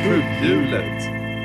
Kugghjulet.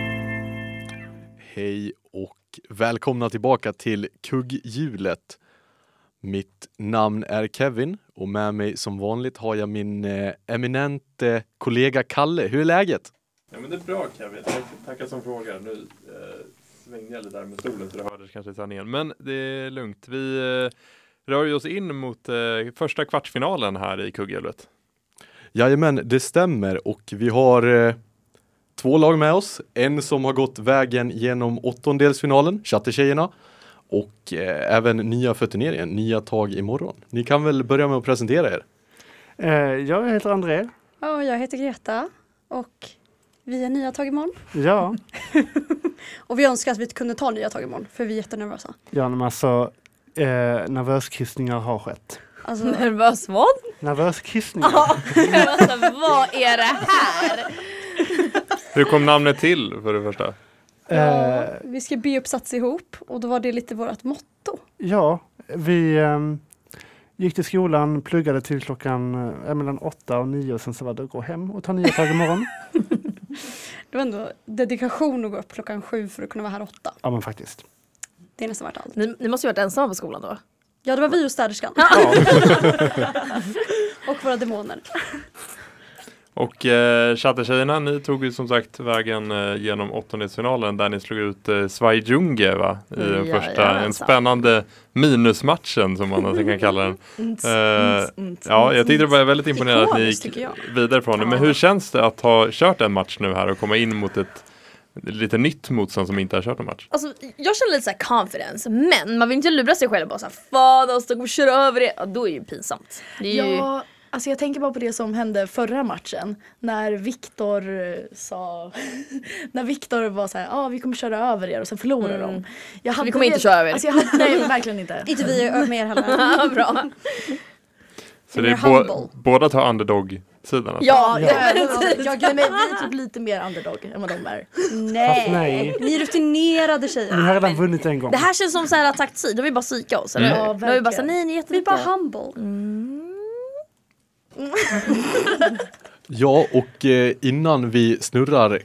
Hej och välkomna tillbaka till Kugghjulet. Mitt namn är Kevin och med mig som vanligt har jag min eminente kollega Kalle. Hur är läget? Ja, men det är bra, Kevin. Tackar som frågar. Nu svängde jag lite där med stolen så det hördes kanske i sanningen. Men det är lugnt. Vi rör ju oss in mot första kvartsfinalen här i Kugghjulet. Jajamän, det stämmer och vi har två lag med oss. En som har gått vägen genom åttondelsfinalen, Chattertjejerna. Och även nya för turneringen, nya tag imorgon. Ni kan väl börja med att presentera er. Jag heter André. Ja, jag heter Greta och vi är nya tag imorgon. Ja. Och vi önskar att vi kunde ta nya tag imorgon, för vi är jättenervösa. Ja, men alltså nervöskissningar har skett. Alltså, Nervös vad? Nervöskissningar. Ja, alltså, vad är det här? Hur kom namnet till för det första? ja, vi ska be uppsats ihop och då var det lite vårt motto. Ja, vi gick till skolan, pluggade till klockan mellan 8 och 9 och sen så var det att gå hem och ta nya tag imorgon. Det var ändå dedikation att gå upp klockan 7 för att kunna vara här 8. Ja, men faktiskt. Det är nästan värt allt. Ni måste ju varit ensamma på skolan då. Ja, det var vi och städerskan. Ja. Och våra demoner. Och Chattertjejerna, ni tog ju som sagt vägen genom åttondelsfinalen där ni slog ut Svaijunge, va? I den första, en spännande minusmatchen som man kan kalla den. Ja, jag tyckte det var väldigt imponerande att ni gick vidare från det. Men hur känns det att ha kört en match nu här och komma in mot ett lite nytt motstånd som inte har kört en match? Alltså, jag känner lite så här confidence, men man vill inte lura sig själv och bara så här, fan, de ska gå och köra över det. Ja, då är det ju pinsamt. Det är ju... Ja, alltså jag tänker bara på det som hände förra matchen. När Viktor sa... när Viktor var så här, vi kommer köra över er och sen förlorar de. Vi kommer inte köra över er. Alltså nej, verkligen inte. Inte vi med er heller. Bra. Så det är båda tar underdog-sidan. Alltså. Ja, Men vi är typ lite mer underdog än vad de är. Nej. Ni är rutinerade tjejer. Ni har redan vunnit en gång. det här känns som så här attack-tid. Då vill vi bara psyka oss, eller? Ja, Då vill vi bara säga, nej, ni är Vi är jätteduktiga. bara humble. Ja, och innan vi snurrar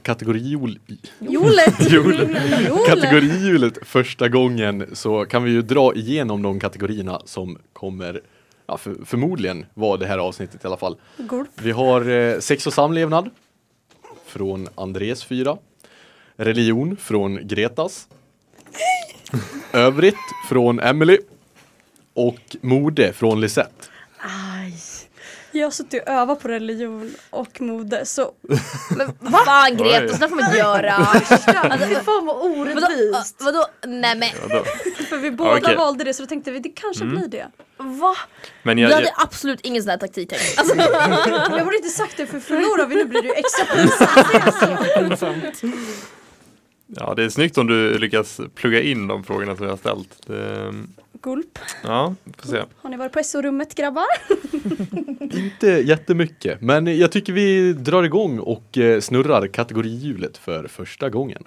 kategorihjulet första gången så kan vi ju dra igenom de kategorierna som kommer förmodligen var det här avsnittet i alla fall. Gulp. Vi har sex och samlevnad från Andres 4. Religion från Gretas. Övrigt från Emily. Och mode från Lisette. Aj. Jag har suttit och övat på religion och mode, så... Men vad fan, Greta, så där får man inte göra. Alltså, fan vad orättvist. Vadå? Nej, men... För vi båda valde det, så då tänkte vi, det kanske blir det. Va? Men Vi hade absolut ingen sån här taktik. Alltså. Jag borde inte sagt det, för förlorar vi nu blir det ju extra pinsamt. Ja, det är snyggt om du lyckas plugga in de frågorna som jag har ställt. Gulp. Ja, får se. Har ni varit på SO-rummet, grabbar? Inte jättemycket, men jag tycker vi drar igång och snurrar kategorihjulet för första gången.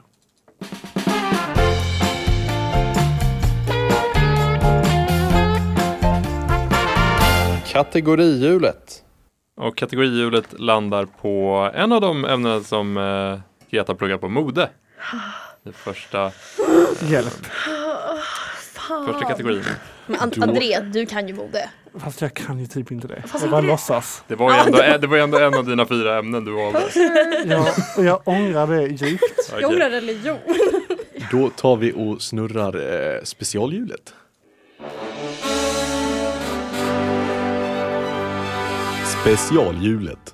Kategorihjulet. Och kategorihjulet landar på en av de ämnen som Greta pluggar på, mode. Det första första kategorin. Men André, du kan ju mode. Fast jag kan ju typ inte det. Jag bara låtsas. Det var ju ändå en av dina 4 ämnen du valde. Ja, och jag ångrar det djupt. Okay. Jag ångrar religion. Då tar vi och snurrar specialhjulet. Specialhjulet.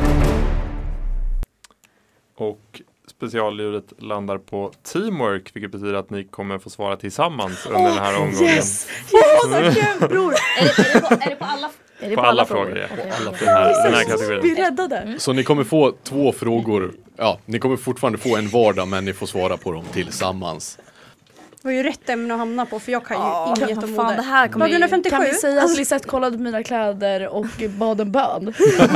Och specialhjulet landar på teamwork, vilket betyder att ni kommer få svara tillsammans under den här omgången. Yes! Så kul, bror! Är det på alla? Är det på alla frågor? Ja. Okay. Den här kategorin. Vi räddade. Så ni kommer få 2 frågor. Ja, ni kommer fortfarande få en vardag, men ni får svara på dem tillsammans. Det var ju rätt ämne att hamna på, för jag kan ju inget om Fan, det mode. här kommer Dag 157. Kan vi säga att Lisette kollade på mina kläder och bad en bön?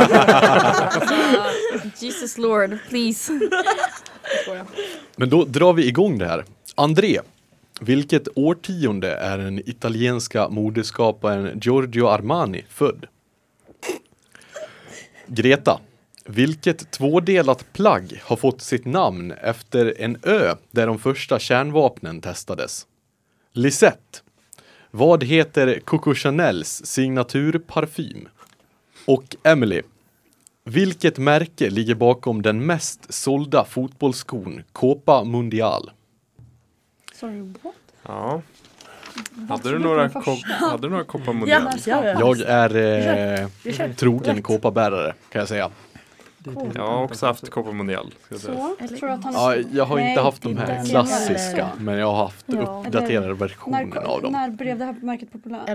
Jesus Lord, please. Men då drar vi igång det här. André, vilket årtionde är den italienska modeskaparen Giorgio Armani född? Greta, Vilket tvådelat plagg har fått sitt namn efter en ö där de första kärnvapnen testades? Lisette. Vad heter Coco Chanels signaturparfym? Och Emily. Vilket märke ligger bakom den mest sålda fotbollsskon Copa Mundial? Sorry, what? Ja. Hade du några Copa Mundial? Jag är trogen Copa-bärare kan jag säga. Jag har också haft Copa Mundial. Ska jag säga. Så, tror att han... Ja, jag har inte haft de inte här den. klassiska, men jag har haft Ja. uppdaterade versioner av dem. När blev det här märket populärt?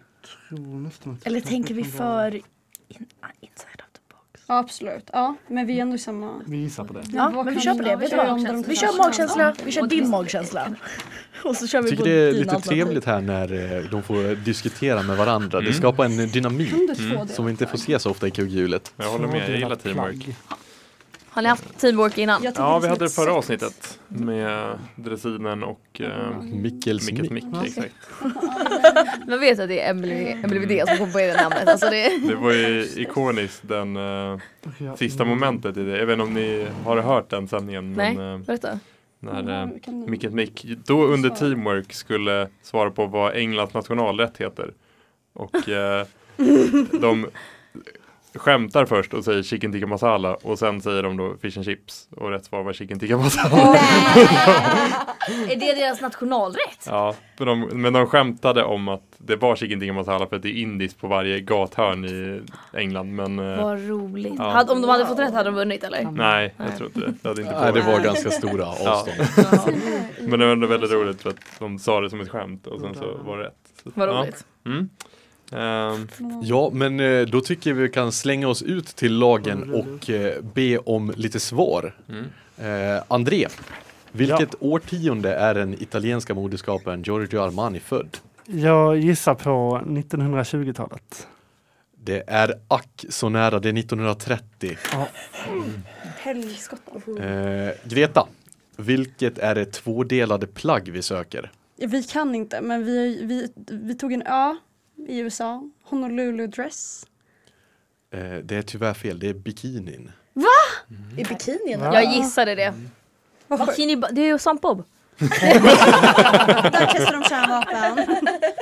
Eller tänker vi för inside of the box? Ja, absolut. Ja, men vi är ändå i samma... Vi gissar på det. Ja, vad men vi kan kör på vi det. Vet du göra vad? om de Vi kör kanske- magkänsla. Vi kör din magkänsla. Och så kör vi Jag på tycker det är dina lite alternativ. trevligt här när de får diskutera med varandra. Det skapar en dynamik som vi inte får se så ofta i kugghjulet. Jag håller med, jag gillar teamwork. Har ni haft teamwork innan? Ja, vi hade det förra avsnittet med dressinen och Mickels Mickes mick. mick. Exakt. Man vet att det är Emily Vidén som kom på det namnet. Alltså Det var ju ikoniskt den sista momentet i det. Jag vet inte om ni har hört den sändningen. Nej, Men, berätta. när Mickes mick då under teamwork skulle svara på vad Englands nationalrätt heter. Och de skämtar först och säger chicken tikka masala och sen säger de då fish and chips och rätt svar var chicken tikka masala. Är det deras nationalrätt? Ja, men de skämtade om att det var chicken tikka masala för att det är indiskt på varje gathörn i England. Men Vad roligt. Ja. Om de hade fått rätt hade de vunnit eller? nej, jag tror inte det. Det hade inte Nej, det påverkat. var ganska stora avstånd. Men det var ändå väldigt roligt för att de sa det som ett skämt och sen så var det rätt. Så, Vad ja. roligt. Mm. Ja, men då tycker vi kan slänga oss ut till lagen och be om lite svar. André, vilket årtionde är den italienska modeskaparen Giorgio Armani född? Jag gissar på 1920-talet. Det är ack så nära, det är 1930. Helskotta. Greta, vilket är det tvådelade plagg vi söker? Vi kan inte, men vi tog en ö i USA. Honolulu dress. Det är tyvärr fel, det är bikinin. I bikinin? Jag gissade det. Bikini, det är ju svampbob. Där kastar de kärnvapen.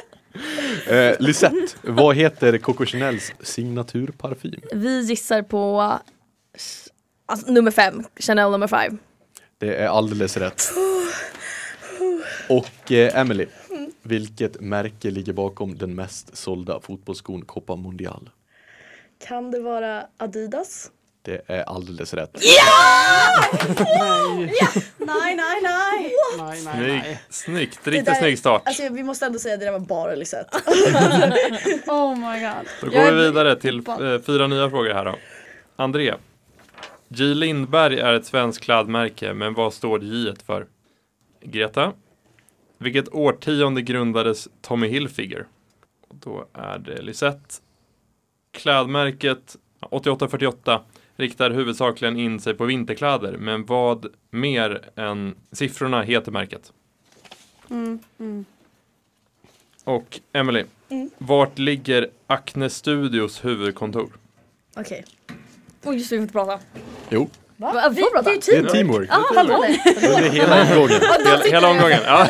Lisette, vad heter Coco Chanels signaturparfym? Vi gissar på nummer 5. Chanel nummer 5. Det är alldeles rätt. Och Emily, vilket märke ligger bakom den mest sålda fotbollsskon Copa Mundial? Kan det vara Adidas? Det är alldeles rätt. Nej. Snyggt, riktigt snygg start. Alltså vi måste ändå säga att det där var bara Lisette. Oh my god. Då går vi vidare till 4 nya frågor här då. André, J. Lindberg är ett svenskt klädmärke, men vad står J för? Greta, vilket årtionde grundades Tommy Hilfiger? Och då är det Lisette. Klädmärket 8848 riktar huvudsakligen in sig på vinterkläder, men vad mer än siffrorna heter märket? Och Emily, vart ligger Acne Studios huvudkontor? Okej. Oj, just det, vi får inte prata. Jo, Va? Vi får prata. det är teamwork. Hallå. Det är hela omgången. Hela omgången, ja.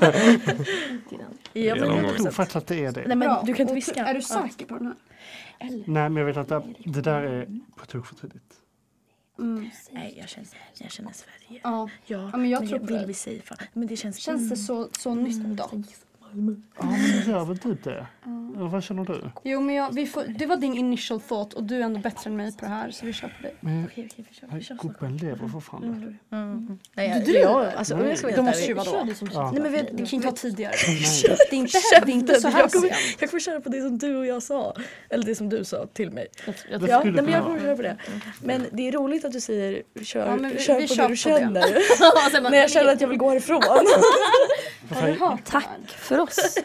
Jag Hela var omgången. Jag tror faktiskt att det är det. Nej men du kan inte viska. Är du säker på den här? Nej, men jag vet att det där är på tok för tidigt. Nej, jag känner Sverige. Ja. Ja, men jag tror på vill det. vi säga fan. Men det känns Det så nytt då? Ja, men det gör väl typ det. Vad känner du? Jo, men det var din initial thought och du är ändå bättre än mig på det här, så vi kör på dig. Men Okej, vi kör. gubben lever för fan. Nej, alltså jag ska vara Då helt måste ju ärlig. vara då. Ja. Nej men Det kan inte vara tidigare. Nej. Det är inte så här jag kommer sent. köra på det som du och jag sa. Eller det som du sa till mig. Det Ja, skulle nej, men jag kunna kommer vara. köra på det. Men det är roligt att du säger kör, Ja, men vi kör på kör det på du det. känner. Men jag känner att jag vill gå härifrån. Har du hört Tack för oss.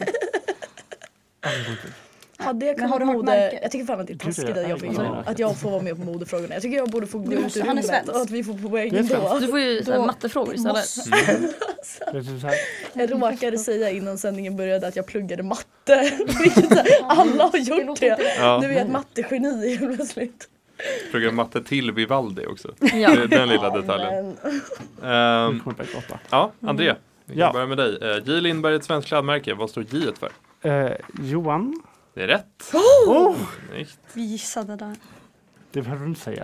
Hade jag Men har kunnat du hört mode... märket? Jag tycker fan att det är taskigt Gud, att att jag får vara med på modefrågorna. Jag tycker jag borde få gå ut ur Han är rummet svensk. och att vi får på väg Det är ändå. Du får ju så här mattefrågor istället. Det är typ så här. Jag råkade säga innan sändningen började att jag pluggade matte. Vilket så här, alla har gjort det. Ja. Nu är jag ett mattegeni helt plötsligt. pluggar matte till Vivaldi också. Ja. Den lilla detaljen. Ja, André. Vi kan börja med dig. J. Lindberg är ett svenskt klädmärke. Vad står J för? Johan. Det är rätt. Snyggt. Vi gissade där. Det behöver du inte säga.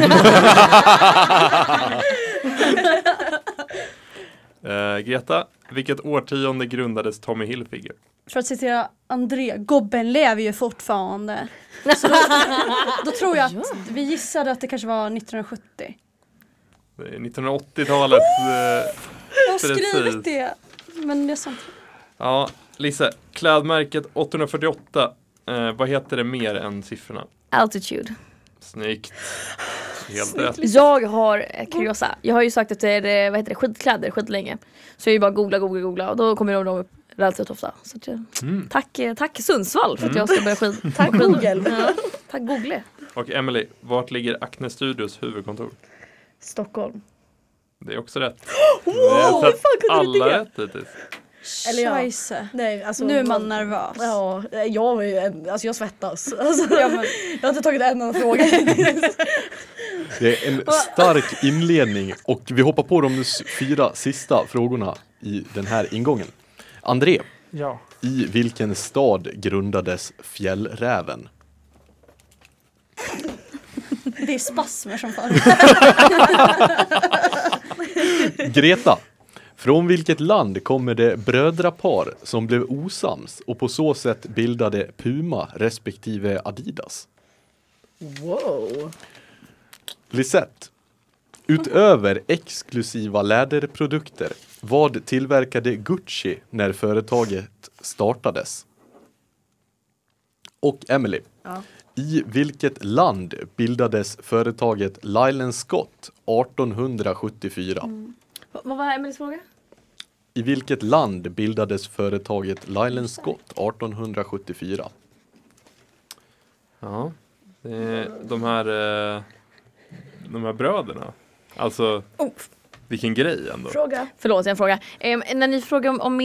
Greta, vilket årtionde grundades Tommy Hilfiger? För att citera André, gobben lever ju fortfarande. Så då tror jag att vi gissade att det kanske var 1970. Det är 1980-talet. Jag har skrivit det, men det är sant. Ja, Lisa, klädmärket 848. Vad heter det mer än siffrorna? Altitude. Snyggt. Helt rätt. Jag har kuriosa. Jag har ju sagt att det är vad heter det, skitkläder skitlänge. Så jag är ju bara googla och då kommer de upp relativt ofta. Så att, tack Sundsvall för att jag ska börja Tack Google. Ja, tack Google. Och Emily, vart ligger Acne Studios huvudkontor? Stockholm. Det är också rätt. Wow, det är alla rätt hittills. Eller ja. Scheisse. Nej, alltså, Nu är man nervös. Ja, jag var ju jag svettas. Alltså, Ja, men, jag har inte tagit en enda fråga. Det är en stark inledning och vi hoppar på de 4 sista frågorna i den här ingången. André, Ja. i vilken stad grundades Fjällräven? det är spasmer som förut. Greta, från vilket land kommer det brödrapar som blev osams och på så sätt bildade Puma respektive Adidas? Wow. Lisette, utöver exklusiva läderprodukter, vad tillverkade Gucci när företaget startades? Och Emily, i vilket land bildades företaget Lyland Scott 1874? Vad var Emelies fråga? I vilket land bildades företaget Lyland Scott 1874? Ja, det är de här bröderna. Alltså, vilken grej ändå. Fråga. Förlåt, en fråga. När ni frågade om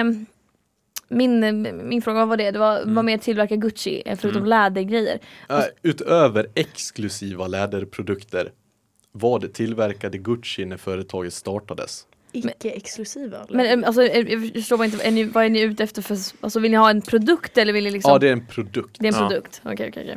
min fråga, vad var det? Det var mer tillverka Gucci förutom lädergrejer. Utöver exklusiva läderprodukter, vad tillverkade Gucci när företaget startades? Icke-exklusiva. Men alltså, jag förstår bara inte, vad är ni ute efter för, alltså vill ni ha en produkt eller vill ni liksom? Ja, det är en produkt. Det är en produkt, okej.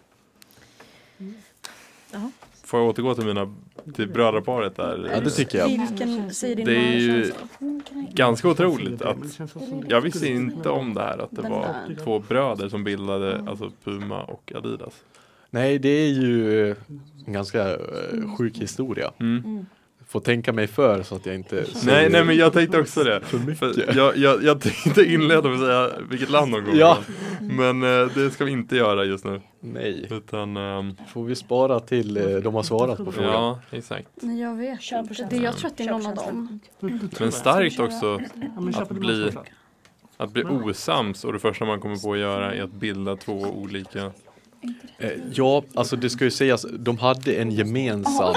Får jag återgå till brödraparet där? Ja, det tycker jag. Vilken säger din Det är ju magkänsla? ganska otroligt att jag visste inte om det här att det var 2 bröder som bildade alltså Puma och Adidas. Nej, det är ju en ganska sjuk historia. Får tänka mig för så att jag inte... Nej, men jag tänkte också det. För jag tänkte inleda med att säga vilket land de kommer från. Men det ska vi inte göra just nu. Nej. Utan, får vi spara till de har svarat på frågan. Ja, exakt. Nej, jag vet inte. Jag tror att det är någon av dem. Men starkt också att bli osams och det första man kommer på att göra är att bilda 2 olika... Ja, alltså det ska ju sägas, de hade en gemensam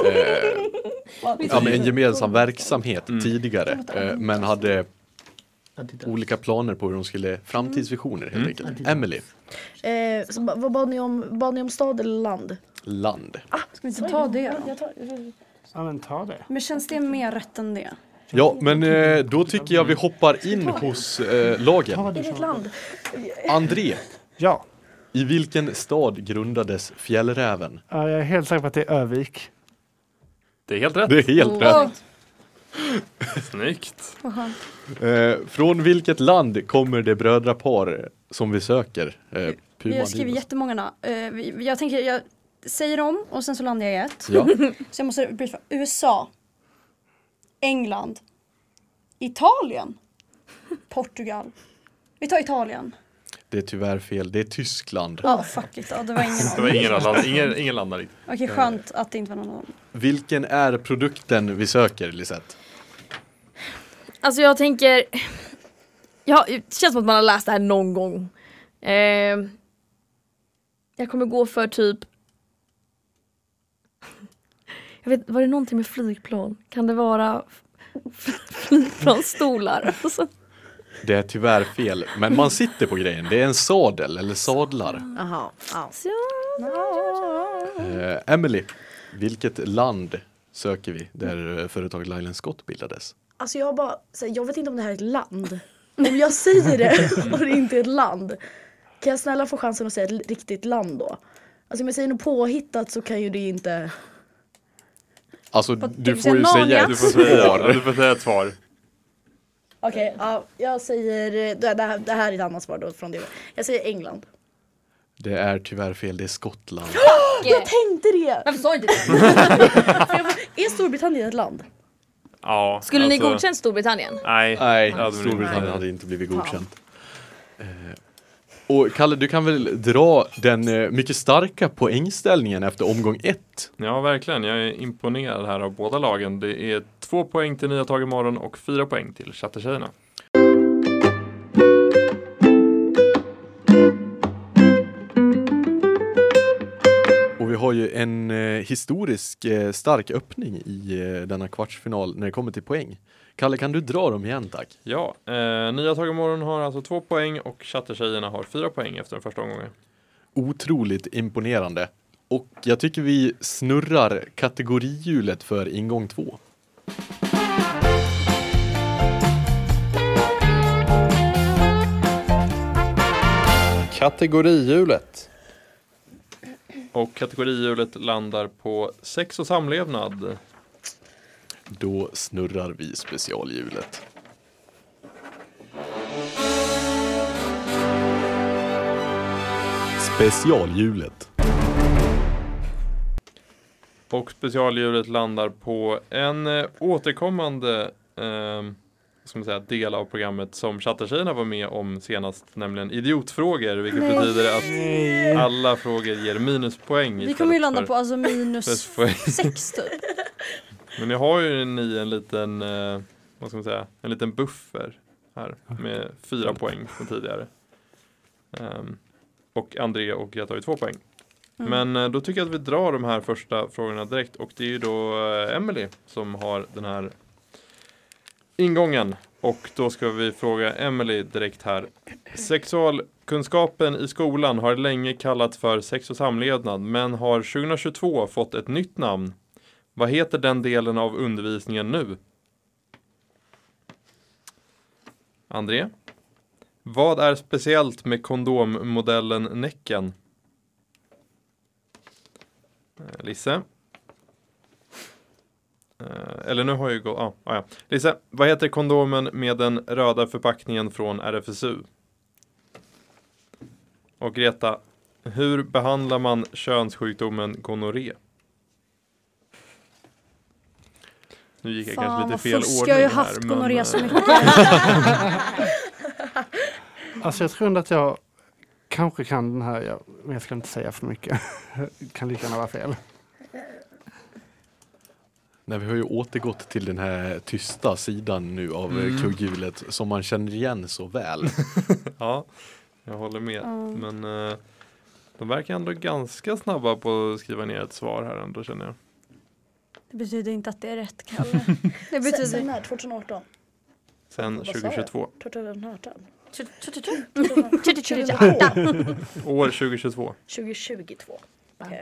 en gemensam verksamhet tidigare, men hade olika planer på hur de skulle, framtidsvisioner helt enkelt. Emily. Så vad bad ni om stad eller land? Land. Ska vi inte ta det då? Ja, men ta det. Men känns det mer rätt än det? Ja, men då tycker jag vi hoppar in hos lagen. Vilket land? André, Ja. i vilken stad grundades Fjällräven? Jag är helt säker på att det är Övik. Det är helt rätt. Det är helt rätt. Snyggt. Vad skönt. Från vilket land kommer det brödrapar som vi söker? Vi har skrivit jättemånga namn. Jag tänker, jag säger dem och sen så landar jag i ett. Ja. Så jag måste briefa. USA. England. Italien. Portugal. Vi tar Italien. Det är tyvärr fel. Det är Tyskland. Fuck it. Det var ingen Det var ingen landar riktigt. Okej, skönt att det inte var någon annan. Vilken är produkten vi söker, Lisette? Alltså jag tänker, det känns som att man har läst det här någon gång. Jag kommer gå för typ, jag vet, var det någonting med flygplan? Kan det vara flygplansstolar? Alltså. Det är tyvärr fel, men man sitter på grejen. Det är en sadel eller sadlar. Jaha. Ja. Emily, vilket land söker vi där företaget Lyle & Scott bildades? Alltså jag vet inte om det här är ett land. Om jag säger det och det inte är ett land, kan jag snälla få chansen att säga ett riktigt land då? Alltså om jag säger något påhittat så kan ju det inte... Alltså du får ju säga Du får säga ett svar. Okej, ja, jag säger... Det här är ett annat svar då från det. Jag säger England. Det är tyvärr fel, det är Skottland. Jag tänkte det! Varför sa inte det? Är Storbritannien ett land? Ja, Skulle ni godkänt Storbritannien? Nej, Nej, det hade vi Storbritannien inte. hade inte blivit godkänt. Och Kalle, du kan väl dra den mycket starka poängställningen efter omgång 1? Ja, verkligen. Jag är imponerad här av båda lagen. Det är 2 poäng till Nya Tag imorgon och 4 poäng till Chattertjejerna. Och vi har ju en historisk stark öppning i denna kvartsfinal när det kommer till poäng. Kalle, kan du dra dem igen, tack? Ja, Nya Tag imorgon har alltså 2 poäng och Chattertjejerna har 4 poäng efter den första omgången. Otroligt imponerande. Och jag tycker vi snurrar kategorihjulet för ingång 2. Kategorihjulet. Och kategorihjulet landar på sex och samlevnad. Då snurrar vi specialhjulet. Specialhjulet. Och specialhjulet landar på en återkommande ska man säga, del av programmet som Chattertjejerna var med om senast, nämligen idiotfrågor, vilket betyder att alla frågor ger minuspoäng. Vi kommer ju landa på alltså pluspoäng. -6 typ. Men jag har ju ni en liten vad ska man säga, en liten buffer här med 4 poäng från tidigare. Och André och jag tar ju 2 poäng. Men då tycker jag att vi drar de här första frågorna direkt. Och det är ju då Emily som har den här ingången. Och då ska vi fråga Emily direkt här. Sexualkunskapen i skolan har länge kallats för sex och samlevnad, men har 2022 fått ett nytt namn. Vad heter den delen av undervisningen nu? André? Vad är speciellt med kondommodellen Näcken? Lisse? Eller nu har jag ju gått... ja. Lisse, vad heter kondomen med den röda förpackningen från RFSU? Och Greta, hur behandlar man könssjukdomen gonorré? Nu gick jag kanske lite fel ordning här. Jag har ju haft gonorré så mycket. Alltså jag tror ändå att jag kanske kan den här, men jag ska inte säga för mycket. Kan lika gärna vara fel. Nej, vi har ju återgått till den här tysta sidan nu av kugghjulet som man känner igen så väl. Ja, jag håller med. Men de verkar ändå ganska snabba på att skriva ner ett svar här ändå, känner jag. Det betyder inte att det är rätt, Kalle. Det betyder... Sen när? 2018? Sen 2022. 2018? År 2022. 2022. Okay.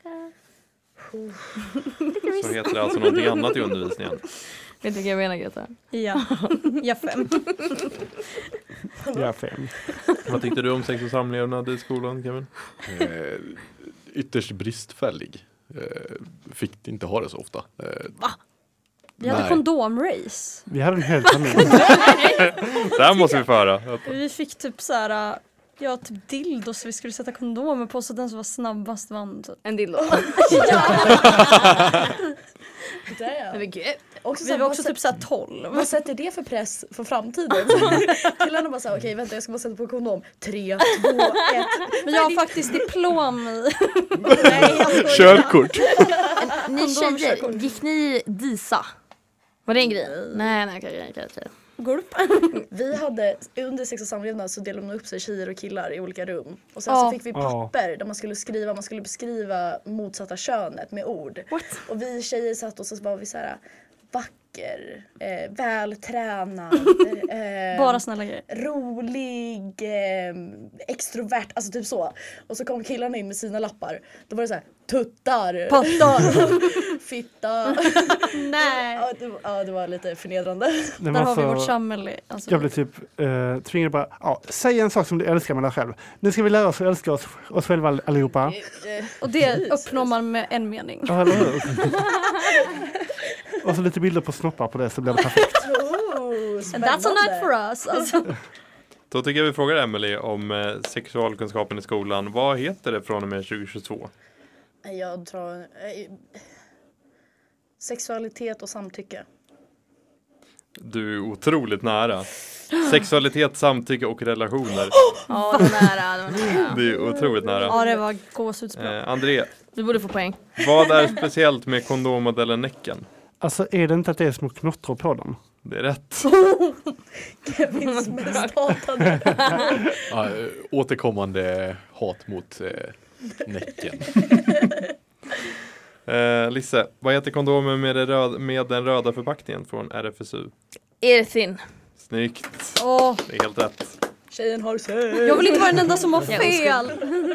Så heter det alltså någonting annat i undervisningen. Vet du vad jag menar, Greta? Ja, jag 5. Jag är 5. Vad tyckte du om sex och samlevnad i skolan, Kevin? Ytterst bristfällig. Fick inte ha det så ofta. Va? Vi hade kondomrace. Vi hade en hel termin. Där måste vi föra. Vi fick typ så här, typ dildos vi skulle sätta kondomer på, så den som var snabbast vann typ. En dildo. Men gud. Vi var också typ så här 12. Vad sätter det för press för framtiden? Killarna bara såhär, okej vänta, jag ska bara sätta på kondom. 3, 2, 1. Men jag har faktiskt diplom i. Körkort. Ni tjejer, gick ni DISA? Var det en grej? Nej, okej. Gulp. Vi hade, under sex och samlevnad så delade de upp sig tjejer och killar i olika rum. Och sen så fick vi papper där man skulle beskriva motsatta könet med ord. What? Och vi tjejer satt och så var vi så här: vacker, vältränad, Bara snälla grejer. rolig, extrovert, alltså typ så. Och så kom killarna in med sina lappar. Då var det så här: tuttar, Pattar. fitta. Nej. Ja, det var lite förnedrande. Nej, Där har vi vårt samhälle. Alltså. Jag blir typ tvingad bara, säg en sak som du älskar med dig själv. Nu ska vi lära oss att älska oss själva allihopa. Och det uppnår man med en mening. Ja, eller hur? Och så lite bilder på snoppar på det så blir det perfekt. And that's a night for us. Alltså. Då tycker jag vi frågar Emily om sexualkunskapen i skolan. Vad heter det från och med 2022? Jag tror sexualitet och samtycke. Du är otroligt nära. Sexualitet, samtycke och relationer. Ja, det var nära. Det är otroligt nära. Ja, det var gåshudsbra. André, Du borde få poäng. vad är speciellt med kondommodellen Näcken? Alltså är det inte att det är små knottror på dem? Det är rätt. Kevins mest hatade. Ja, återkommande hat mot Näcken. Lisse, vad heter kondomen med den röda förpackningen från RFSU? Erithin. Snyggt. Åh, Det är helt rätt. Tjejen har sex. jag vill inte vara den enda som har fel.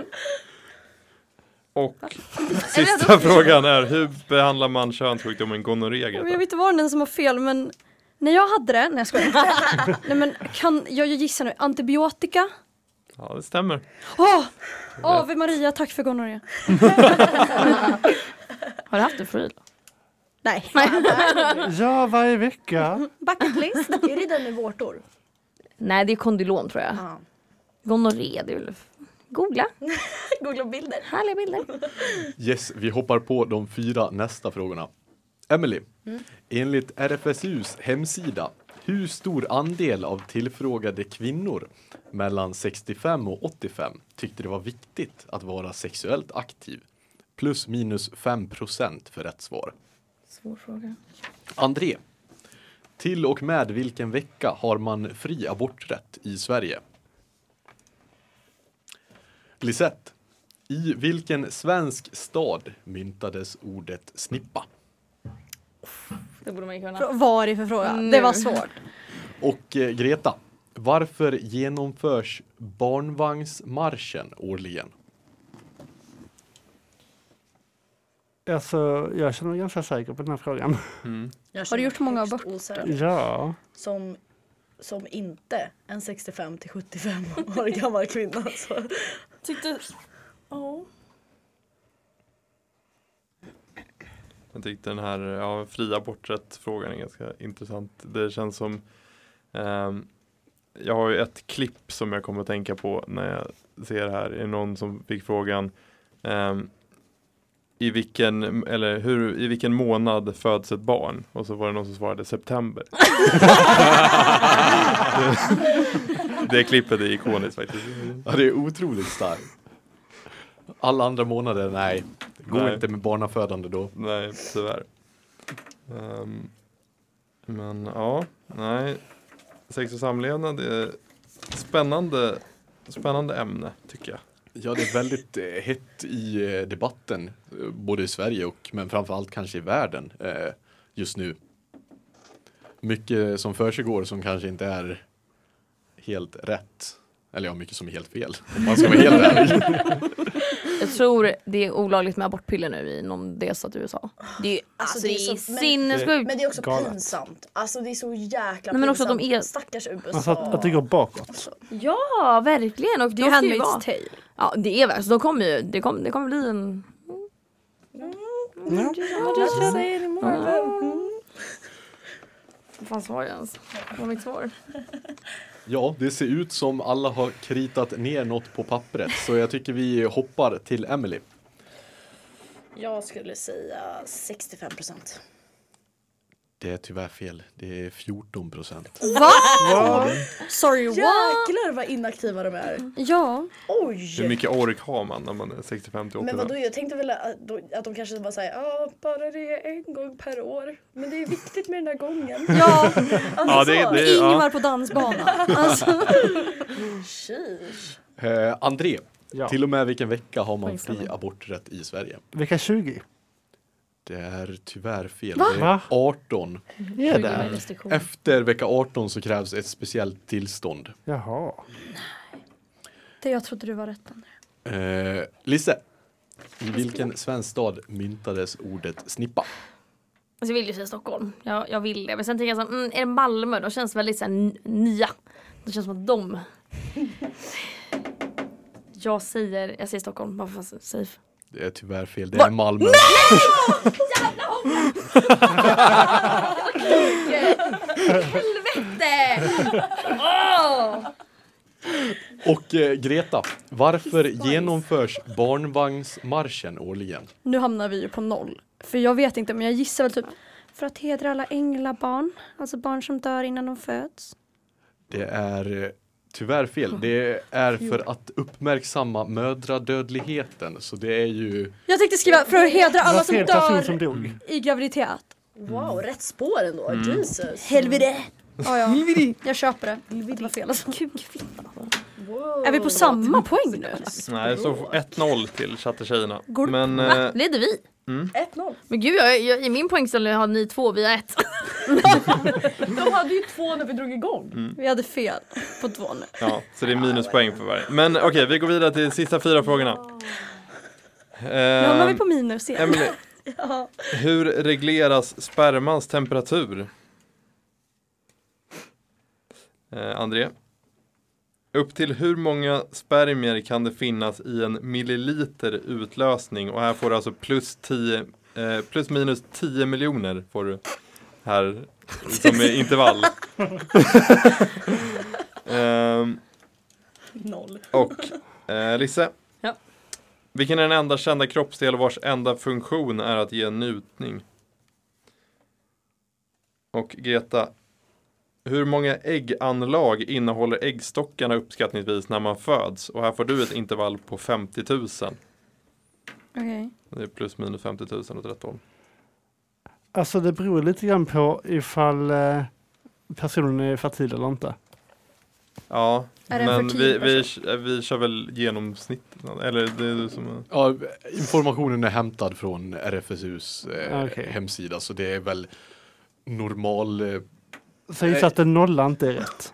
Och sista frågan är, hur behandlar man könssjukdomen gonorré? Jag vill inte vara den enda som har fel, men när jag hade det, när jag skojar. Nej, men jag gissar nu, antibiotika. Ja, det stämmer. Ave Maria, tack för gonorré. Har du haft det förut? Nej. Ja, varje vecka. Bucket list. Är det den med vårtor? Nej, det är kondylom tror jag. Ja. Gonorré, det är väl... Googla. Googla bilder. Härliga bilder. Yes, vi hoppar på de 4 nästa frågorna. Emily, enligt RFSUs hemsida, hur stor andel av tillfrågade kvinnor mellan 65 och 85 tyckte det var viktigt att vara sexuellt aktiv? Plus minus 5% för rätt svar. Svår fråga. André, till och med vilken vecka har man fri aborträtt i Sverige? Lisette, i vilken svensk stad myntades ordet snippa? Det borde man ju kunna. Vad är det för fråga? Det var svårt. Och Greta, varför genomförs barnvagnsmarschen årligen? Alltså, jag känner mig ganska säker på den här frågan. Har du gjort många aborter? Ja. Som inte en 65 till 75 år gammal kvinna. Så. Tyckte... Jag tyckte den här fria aborträtt-frågan är ganska intressant. Det känns som... jag har ju ett klipp som jag kommer att tänka på när jag ser det här. Det är någon som fick frågan... I vilken månad föds ett barn? Och så var det någon som svarade september. Det klippet är ikoniskt faktiskt. Ja, det är otroligt starkt. Alla andra månader, nej. Det går inte med barnafödande då. Nej, tyvärr. Men ja, nej. Sex och samlevnad är spännande ämne tycker jag. Ja, det är väldigt hett i debatten, både i Sverige men framförallt kanske i världen just nu. Mycket som försiggår som kanske inte är helt rätt. Eller ja, mycket som är helt fel. Om man ska vara helt ärlig. Jag tror det är olagligt med abortpiller nu i någon delstat i USA. Det är ju Alltså, det är så- sinnessjukt. Men det är också Galet. pinsamt. Alltså det är så jäkla Nej, men också pinsamt. de är- Stackars USA. Alltså att det går bakåt. Ja, verkligen. Och Det är ju de ska ju Handmaid's vara- Tale. Ja, det är väl. Så de kommer ju, det kommer bli en... Vad fan svarar jag ens? Vad var mitt svar? Ja, det ser ut som alla har kritat ner något på pappret. Så jag tycker vi hoppar till Emily. Jag skulle säga 65%. Det är tyvärr fel. Det är 14%. Sorry, what? Jäklar vad inaktiva de är. Ja. Oj! Hur mycket ork har man när man är 65 till 85? Men vadå, jag tänkte väl att de kanske bara säger bara det är en gång per år. Men det är viktigt med den här gången. Ja, Ja, det Ingmar på dansbanan. Alltså. Sheesh. André, Ja. till och med vilken vecka har man fri aborträtt i Sverige? Vecka 20. Det är tyvärr fel. Va? Det är 18. Är det? Efter vecka 18 så krävs ett speciellt tillstånd. Jaha. Det jag trodde du var rätt, Andrea. Lisse, i vilken svensk stad myntades ordet snippa? Alltså jag vill ju säga Stockholm. Jag vill det. Men sen tänker jag så är det Malmö? De känns väldigt så här nya. Det känns som att de... Jag säger Stockholm. Bara för att vara safe. Det är tyvärr fel. Det är Malmö. Jävla honom! Helvete! Och Greta, varför genomförs barnvagnsmarschen årligen? Nu hamnar vi ju på 0. För jag vet inte, men jag gissar väl typ för att hedra alla änglabarn. Alltså barn som dör innan de föds. Det är tyvärr fel. Det är för att uppmärksamma mödradödligheten. Så det är ju... Jag tänkte skriva för att hedra alla som fel person dör som dog. i graviditet. Wow, rätt spår ändå. Jesus. Helvete! Ja. Jag köper det. Det var fel alltså. Wow. Är vi på samma poäng nu? Nej, så 1-0 till chattertjejerna. Men Leder vi? 1-0. Men gud, jag, i min poängställning har ni 2, vi har 1. De hade ju 2 när vi drog igång. Vi hade fel på 2 nu. ja, så det är minuspoäng för varje. Men okej, vi går vidare till sista 4 frågorna. Nu hamnar vi på minus igen. Emily, hur regleras spermans temperatur? André, upp till hur många spermier kan det finnas i en milliliter utlösning? Och här får du alltså plus minus 10 miljoner får du här som är intervall. 0. Och Lisse, Ja. vilken är den enda kända kroppsdel vars enda funktion är att ge njutning? Och Greta, hur många ägganlag innehåller äggstockarna uppskattningsvis när man föds? Och här får du ett intervall på 50 000. Okej. Det är plus minus 50 000 åt rätt håll. Alltså det beror lite grann på ifall personen är fertil eller inte. Ja, Är det men en fertil vi kör väl genomsnitt. Eller det är du som... Ja, informationen är hämtad från RFSUs Okej. hemsida. Så det är väl normal... Så jag gissar att en nolla inte är rätt.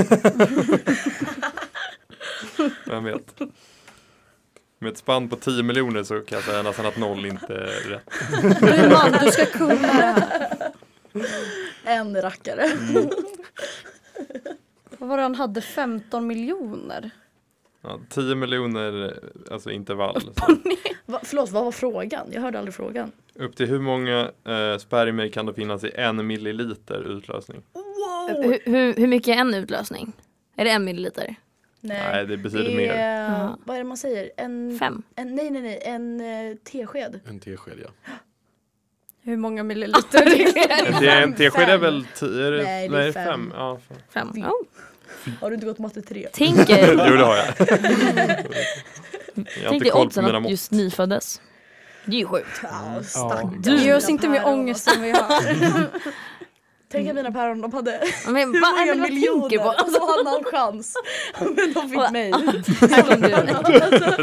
Vem vet. Med ett spann på 10 miljoner så kan jag säga nästan att 0 inte är rätt. Du man, du ska kunna det här. En rackare. Vad var det han hade? 15 miljoner? Ja, 10 miljoner, alltså intervall. Så. Förlåt, vad var frågan? Jag hörde aldrig frågan. Upp till hur många spermier kan det finnas i 1 milliliter utlösning? Wow! Hur mycket är en utlösning? Är det 1 milliliter? Nej, det betyder mer. Jaha. Vad är det man säger? 5. Nej. En tesked. En tesked, ja. Hur många milliliter? En tesked är väl 10? Nej, det är 5. 5. Ja, 5. Oh. Har du inte gått matte 3? Tänker jo, det har jag. Jag har tänk inte dig koll på oddsen mina att mått. just ni föddes. Det är ju sjukt. Ja, stackarn. Du ger oss inte mer ångest än vi har. Tänk att mina päron, de hade Men hur vad många är det man miljoner tänker på? och så hade han chans. Men de fick mig. Här kom du.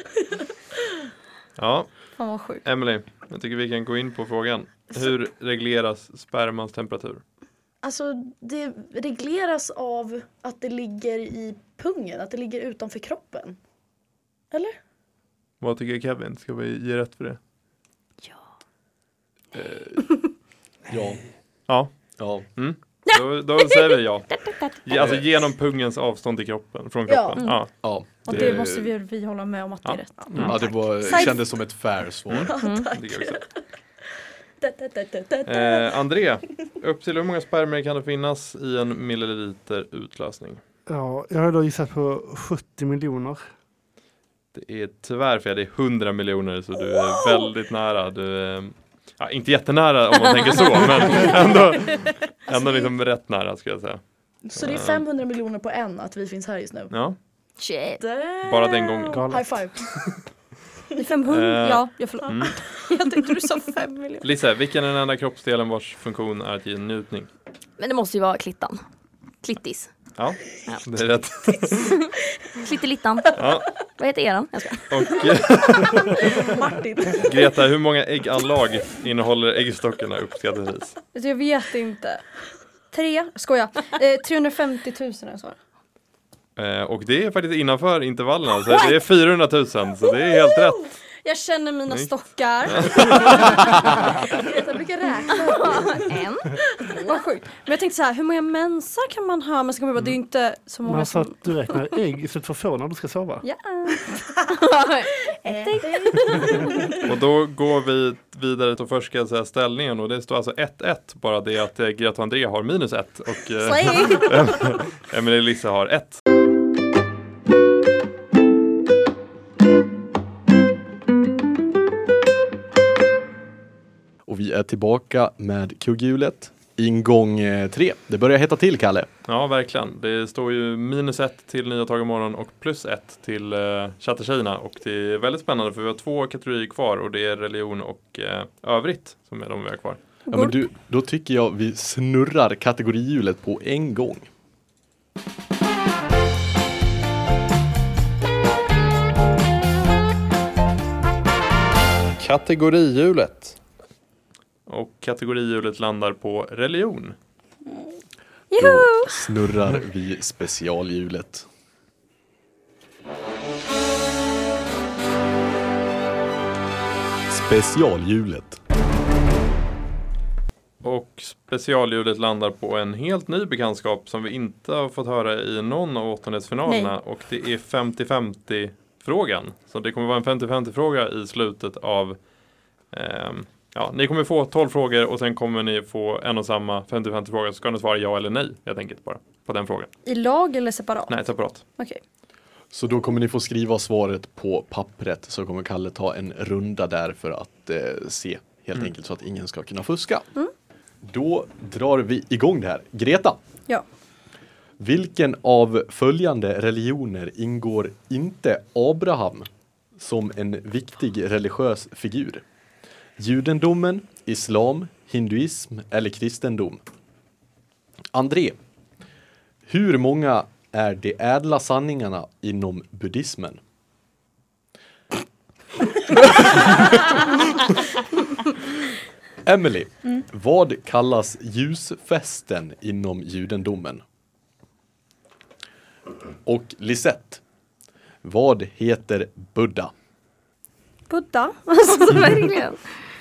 Ja, Fan vad sjukt. Emily, jag tycker vi kan gå in på frågan. Hur regleras spermans temperatur? Alltså det regleras av att det ligger i pungen, att det ligger utanför kroppen. Eller? Vad tycker Kevin? Ska vi ge rätt för det? Ja. Ja. Ja. Mm. Då säger vi ja. Alltså genom pungens avstånd till kroppen, från kroppen. Ja. Ja. Och det måste vi hålla med om att det är rätt. Ja, det var, kändes som ett fair svar. Det tycker jag också. André, upp till hur många spermier kan det finnas i en milliliter utlösning? Ja, jag har då gissat på 70 miljoner. Det är tyvärr fel, det är 100 miljoner så du är väldigt nära. Du är, ja, inte jättenära om man tänker så, men ändå liksom rätt nära skulle jag säga. Så det är 500 miljoner på en att vi finns här just nu. Ja, Shit. bara den gången. Galet. High five. Det är 500. Ja, jag förlåt. Mm. Jag tyckte du sa 5 miljoner. Lisa, vilken är den enda kroppsdelen vars funktion är att ge njutning? Men det måste ju vara klittan. Klittis. Ja, det är rätt. Klittelittan. Ja. Vad heter eran? Jag ska. Och Martin. Greta, hur många ägganlag innehåller äggstockarna uppskattningsvis? Jag vet inte. 350 000 är så. Och det är faktiskt innanför intervallerna, så det är 400 000, så det är helt rätt. Jag känner mina stockar. Jag brukar räkna. En. Vad sjukt. Men jag tänkte så här, hur många mensar kan man ha? Men så kan man bara, det är ju inte så många Man sa som... att du räknar ägg istället för får när du ska sova. Ja. Och då går vi vidare till först ska jag säga ställningen, och det står alltså 1-1, bara det att Greta och Andrea har -1 och Emelie och Lisa har 1. Och vi är tillbaka med kugghjulet. Ingång 3. Det börjar hetta till, Kalle. Ja, verkligen. Det står ju -1 till Nya Tag imorgon och +1 till Chattertjejerna. Och det är väldigt spännande för vi har 2 kategorier kvar, och det är religion och övrigt som är de vi har kvar. Ja, men då tycker jag vi snurrar kategorihjulet på en gång. Kategorihjulet. Och kategorihjulet landar på religion. Då snurrar vi specialhjulet. Specialhjulet. Och specialhjulet landar på en helt ny bekantskap som vi inte har fått höra i någon av åttondelsfinalerna. Och det är 50-50 frågan. Så det kommer vara en 50-50 fråga i slutet av... ni kommer få 12 frågor och sen kommer ni få en och samma 50-50 fråga. Så ska ni svara ja eller nej, helt enkelt bara, på den frågan. I lag eller separat? Nej, separat. Okej. Så då kommer ni få skriva svaret på pappret, så kommer Kalle ta en runda där för att se, helt enkelt, så att ingen ska kunna fuska. Då drar vi igång det här. Greta. Ja. Vilken av följande religioner ingår inte Abraham som en viktig religiös figur? Judendomen, islam, hinduism eller kristendom? André. Hur många är de ädla sanningarna inom buddhismen? Emily, vad kallas ljusfesten inom judendomen? Och Lisette, vad heter Buddha? Buddha? Alltså verkligen.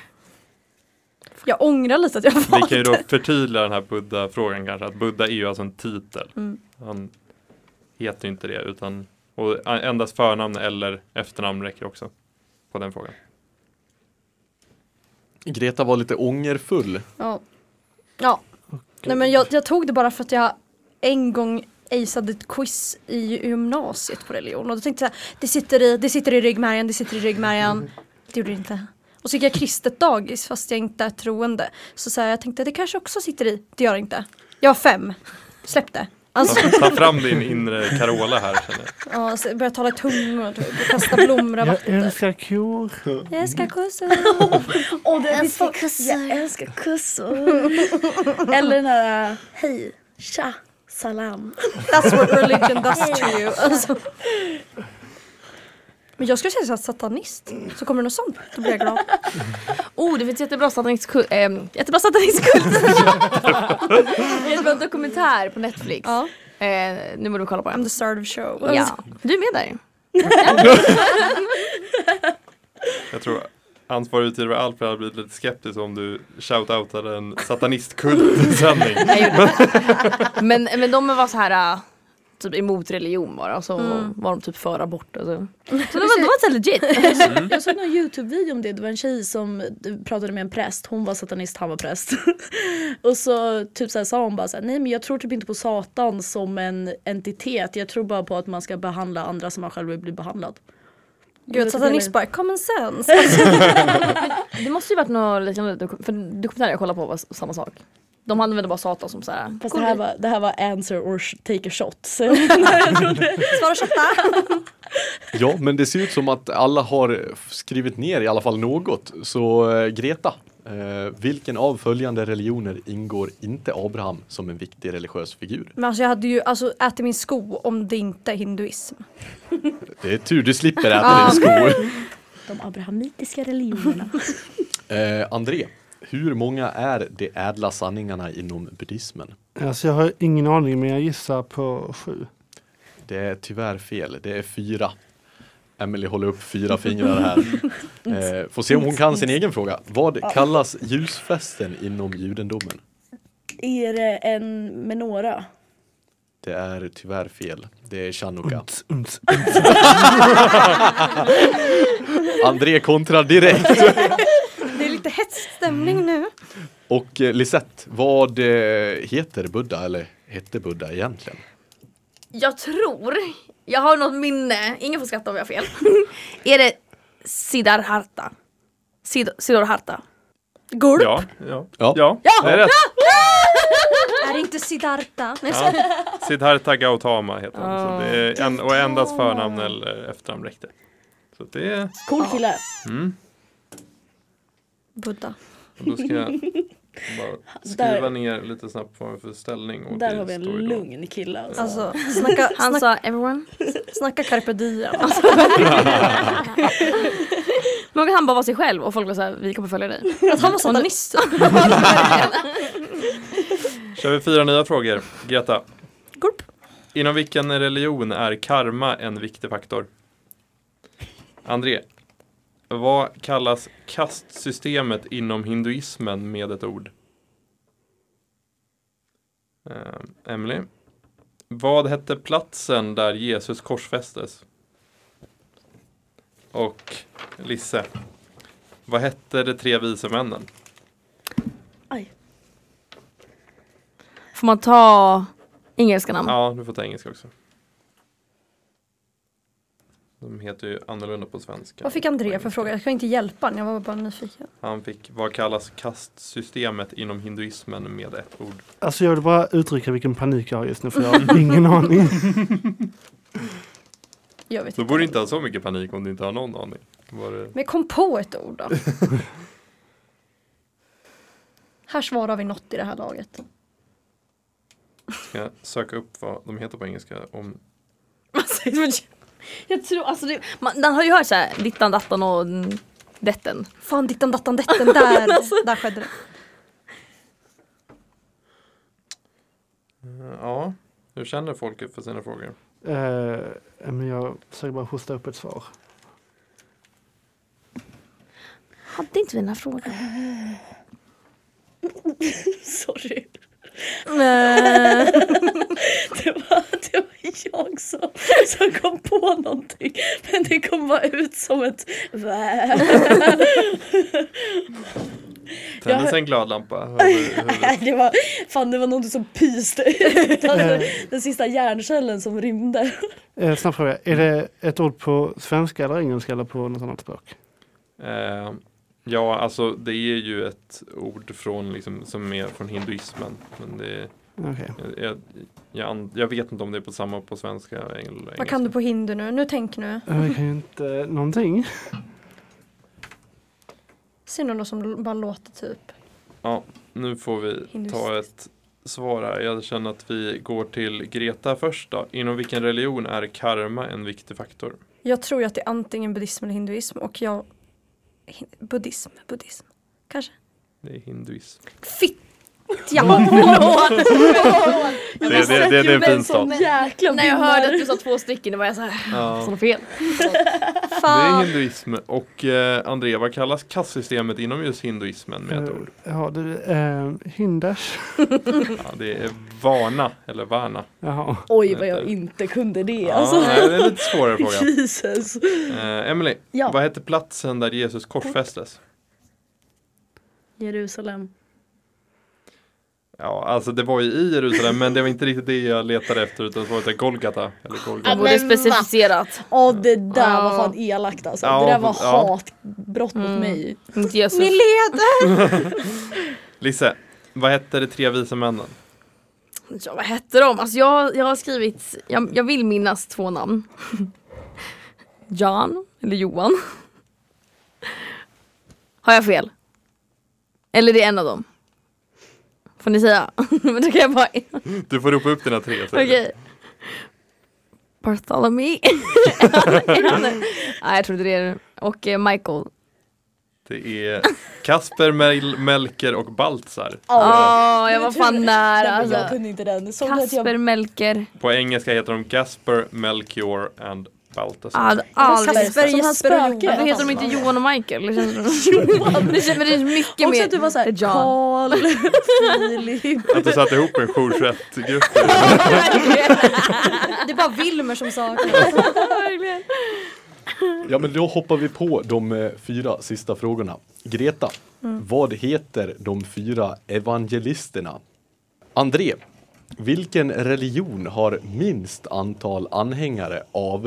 Jag ångrar lite att jag Vi kan ju då valde. förtydliga den här Buddha-frågan kanske. Att Buddha är ju alltså en titel. Han heter ju inte det, utan och endast förnamn eller efternamn räcker också på den frågan. Greta var lite ångerfull. Ja. Nej, men jag tog det bara för att jag en gång aceade ett quiz i gymnasiet på religion. Och då tänkte jag, det sitter i ryggmärgen. Det gjorde det inte. Och så gick jag kristet dagis fast jag inte är troende. Så jag tänkte, det kanske också sitter i. Det gör det inte. Jag har 5. Släpp det. Alltså. Ta fram din inre Carola här, känner jag. Ja, så börja tala i tungor och kasta blommor av Jag vatten. älskar kor. Jag älskar kossor. Jag älskar kussor. Eller den här, hej, tja, salam. That's what religion does to you. Alltså. Men jag skulle säga så här, satanist. Så kommer det något sånt, då blir jag glad. Det finns jättebra satanistkult. Jättebra dokumentär på Netflix. Ja. Nu måste du kolla på den. I'm the start of show. Ja, du är med där. Jag tror ansvarig utgivare Alfred hade blivit lite skeptisk om du shoutoutade en satanistkult-sändning. Men de var så här typ emot religion bara, och så var de typ för abort. Alltså. Så det var så legit. Jag såg någon YouTube-video om det. Det var en tjej som pratade med en präst. Hon var satanist, han var präst. Och så typ så här sa hon bara så här, nej men jag tror typ inte på Satan som en entitet. Jag tror bara på att man ska behandla andra som man själv vill bli behandlad. Gud, satanist bara, common sense. Det måste ju varit något liknande, för dokumentären jag kollade på var samma sak. De använde bara Satan som så här. Fast det här var answer or take a shot. Så. Svara shotta. Ja, men det ser ut som att alla har skrivit ner i alla fall något. Så Greta, Vilken av följande religioner ingår inte Abraham som en viktig religiös figur? Men alltså jag hade ju ätit min sko om det inte är hinduism. Det är tur du slipper äta din sko. De abrahamitiska religionerna. André, hur många är de ädla sanningarna inom buddhismen? Alltså jag har ingen aning, men jag gissar på 7. Det är tyvärr fel. Det är 4. Emily håller upp 4 fingrar här. Får se om hon kan sin egen fråga. Vad kallas ljusfesten inom judendomen? Är det en menorah? Det är tyvärr fel. Det är Chanukka. André kontrar direkt. Det är lite hetsstämning nu. Och Lisette, vad heter Buddha eller hette Buddha egentligen? Jag har något minne, ingen får skratta om jag har fel. Är det Siddhartha? Siddhartha. Gulp. Ja, Ja. det är rätt. Är det inte Siddhartha? Ja. Siddhartha Gautama heter han. Så det är och endast förnamn eller efternamn räckte. Så det är... Cool kille. Buddha. Och då ska jag bara skriva ner lite snabbt vad för ställning. Och Där har vi en lugn kille. Alltså, Han sa everyone. snacka carpe diem. Men han bara var sig själv och folk var såhär, vi kommer följa dig. Att han var satanist. Kör vi 4 nya frågor. Greta. Gulp. Inom vilken religion är karma en viktig faktor? André. Vad kallas kastsystemet inom hinduismen med ett ord? Emily. Vad hette platsen där Jesus korsfästes? Och Lisse. Vad hette de 3 vise männen? Får man ta engelska namn? Ja, du får ta engelska också. De heter ju annorlunda på svenska. Vad fick André för fråga? Jag kan inte hjälpa honom, jag var bara nyfiken. Han fick, vad kallas kastsystemet inom hinduismen med ett ord? Alltså jag vill bara uttrycka vilken panik jag har just nu, för jag har ingen aning. Jag vet Så inte. borde inte ha så mycket panik om du inte har någon aning. Men kom på ett ord då. Här svarar vi något i det här laget. Ska jag söka upp vad de heter på engelska om... Jag tror, alltså man har ju hört såhär, dittan, dattan och detten. Fan, dittan, dattan, detten, där skedde det. Ja, hur känner folk för sina frågor? Men jag försöker bara hosta upp ett svar. Hade inte vi några frågor? Sorry. Det var jag som kom på någonting. Men det kom bara ut som ett Tändes en glödlampa? Det var någonting som pyste ut. Den sista hjärncellen som rymde. Snabb fråga. Är det ett ord på svenska eller engelska eller på något annat språk? Ja, alltså det är ju ett ord från, liksom, som är från hinduismen. Men det Okay. Jag vet inte om det är på samma på svenska eller engelska. Vad kan du på hindu nu? Nu tänker nu. Jag kan ju inte någonting. Ser någon som bara låter typ. Ja, nu får vi ta ett svar här. Jag känner att vi går till Greta först då. Inom vilken religion är karma en viktig faktor? Jag tror ju att det är antingen buddhism eller hinduism. Och jag... Buddhism. Kanske. Det är hinduism. Fitt! Ja, det är en fin start. När jag hörde att du sa 2 stycken, då var jag såhär, sån fel. Det är hinduism. Och André, vad kallas kastsystemet inom just hinduismen med ett ord? Ja, hinders. Ja, det är varna eller varna. Jaha. Oj, vad jag inte kunde det. Ja, alltså. nej, det är lite svårare fråga. Jesus. Emily, vad hette platsen där Jesus korsfästes? Jerusalem. Ja, alltså det var ju i Jerusalem, men det var inte riktigt det jag letade efter, utan det var Golgata. Eller Golgata. Det borde specificerat. Det där var fan elakt alltså. Det där var hatbrott mot mig. Jesus. Min leder! Lisse, vad hette de 3 vise männen? Ja, vad hette de? Alltså jag har skrivit, jag vill minnas 2 namn. Jan eller Johan. Har jag fel? Eller det är en av dem. Får ni säga? Men då kan jag bara... Du får ropa upp dina 3. Okej. Bartholomew. Nej, jag tror inte det är det. Och Michael. Det är Kasper, Melker och Baltzar. Jag var fan nära. Alltså. Jag kunde inte den. Kasper, Melker. På engelska heter de Kasper, Melchior and Balthazar. Kasper, som hans Jesper och spöke. Varför heter de inte Johan och Michael? Det känns mycket Också mer. att du var såhär, John. Karl, Filip. Att du satte ihop en jour 21-grupp. Det är bara Wilmer som saknas. Ja, men då hoppar vi på de 4 sista frågorna. Greta, vad heter de 4 evangelisterna? André, vilken religion har minst antal anhängare av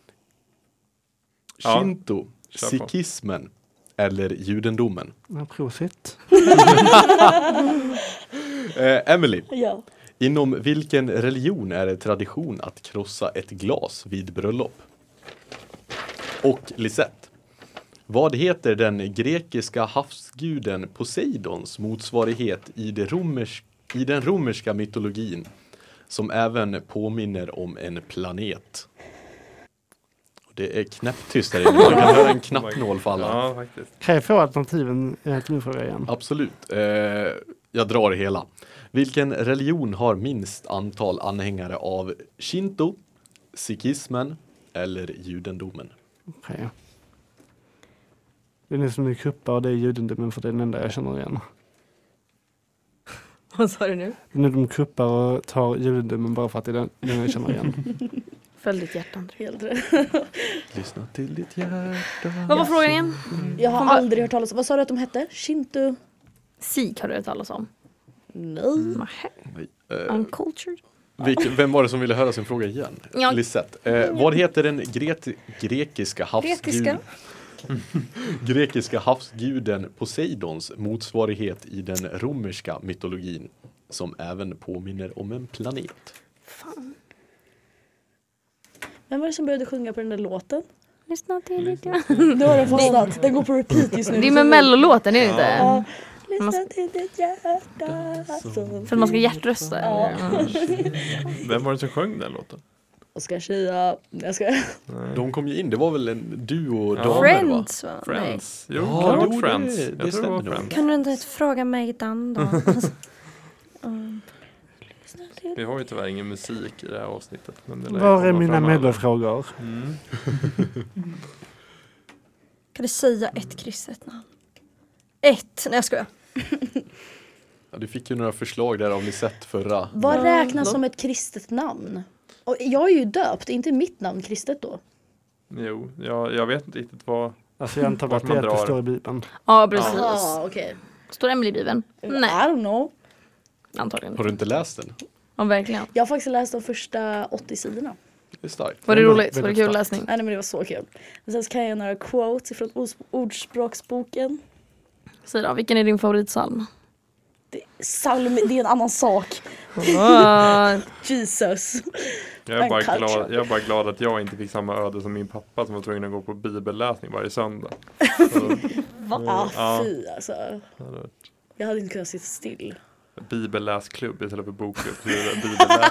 Shinto, sikhismen eller judendomen? Ja, prosit. Emily, Ja. inom vilken religion är det tradition att krossa ett glas vid bröllop? Och Lisette, vad heter den grekiska havsguden Poseidons motsvarighet i den romerska mytologin som även påminner om en planet? Och det är knäpptyst där inne. Man kan höra en knappnål falla. Ja, faktiskt. Kan jag få alternativen till min fråga igen? Absolut. Jag drar det hela. Vilken religion har minst antal anhängare av Shinto, sikhismen eller judendomen? Okay. Det är ni som ni kuppar och det är judendomen för det är den enda jag känner igen. Vad sa du nu? Nu de kuppar och tar judendomen bara för att det är den jag känner igen. Följ ditt hjärta. Helt rätt. Lyssna till ditt hjärta. Vad var frågan igen? Jag har aldrig hört talas om. Vad sa du att de hette? Shinto? Sik har du hört talas om. Nej. Nej, Uncultured. vem var det som ville höra sin fråga igen? Ja. Lisette. Vad heter den grekiska havsguden Poseidons motsvarighet i den romerska mytologin som även påminner om en planet? Fan. Vem var det som började sjunga på den där låten? Lyssna till ditt hjärta. Nu har den fastnat. Den går på repeat just nu. Det är med mellolåten, är det inte? Ja. Lyssna till ditt hjärta. För att man ska hjärtrösta. Ja. Vem var det som sjöng den låten? Oskar Schia. Jag ska... De kom ju in, det var väl en duo Ja. damer, va? Friends va? Friends. Jo, Ja, kan det jo, vara Friends. det Jag tror det stämmer var nog. Friends. Kan du inte fråga mig Dan då? Vi har ju tyvärr ingen musik i det här avsnittet. Men det lär Var är komma mina fram alla. mellofrågor? Kan du säga ett kristet namn? Ett! Nej jag skojar. Ja, du fick ju några förslag där av Lisette förra. Vad räknas som ett kristet namn? Och jag är ju döpt. Är inte mitt namn kristet då? Jo, jag vet inte riktigt vad... Alltså jag antar Vart att man det drar. står i Bibeln. Ja, precis. Jaha, okej. Står Emily i Bibeln? Nej, I don't know. antagligen. Har du inte läst den? Ja, verkligen. Jag har faktiskt läst de första 80 sidorna. Det är starkt. Var det Ja, men roligt? Var det väldigt kul starkt. läsning? Nej men det var så kul. Men sen så kan jag göra några quotes från ordspråksboken. Säg då, vilken är din favoritsalm? Psalm, det är en annan sak. Jesus. Jag är culture. bara glad att jag inte fick samma öde som min pappa som var tvungen att gå på bibelläsning varje söndag. Så, Ja, Ja. fy alltså. det hade varit Jag hade inte kunnat sitta still. bibelläsklubb istället för bokklubb. Så det är bibelläs.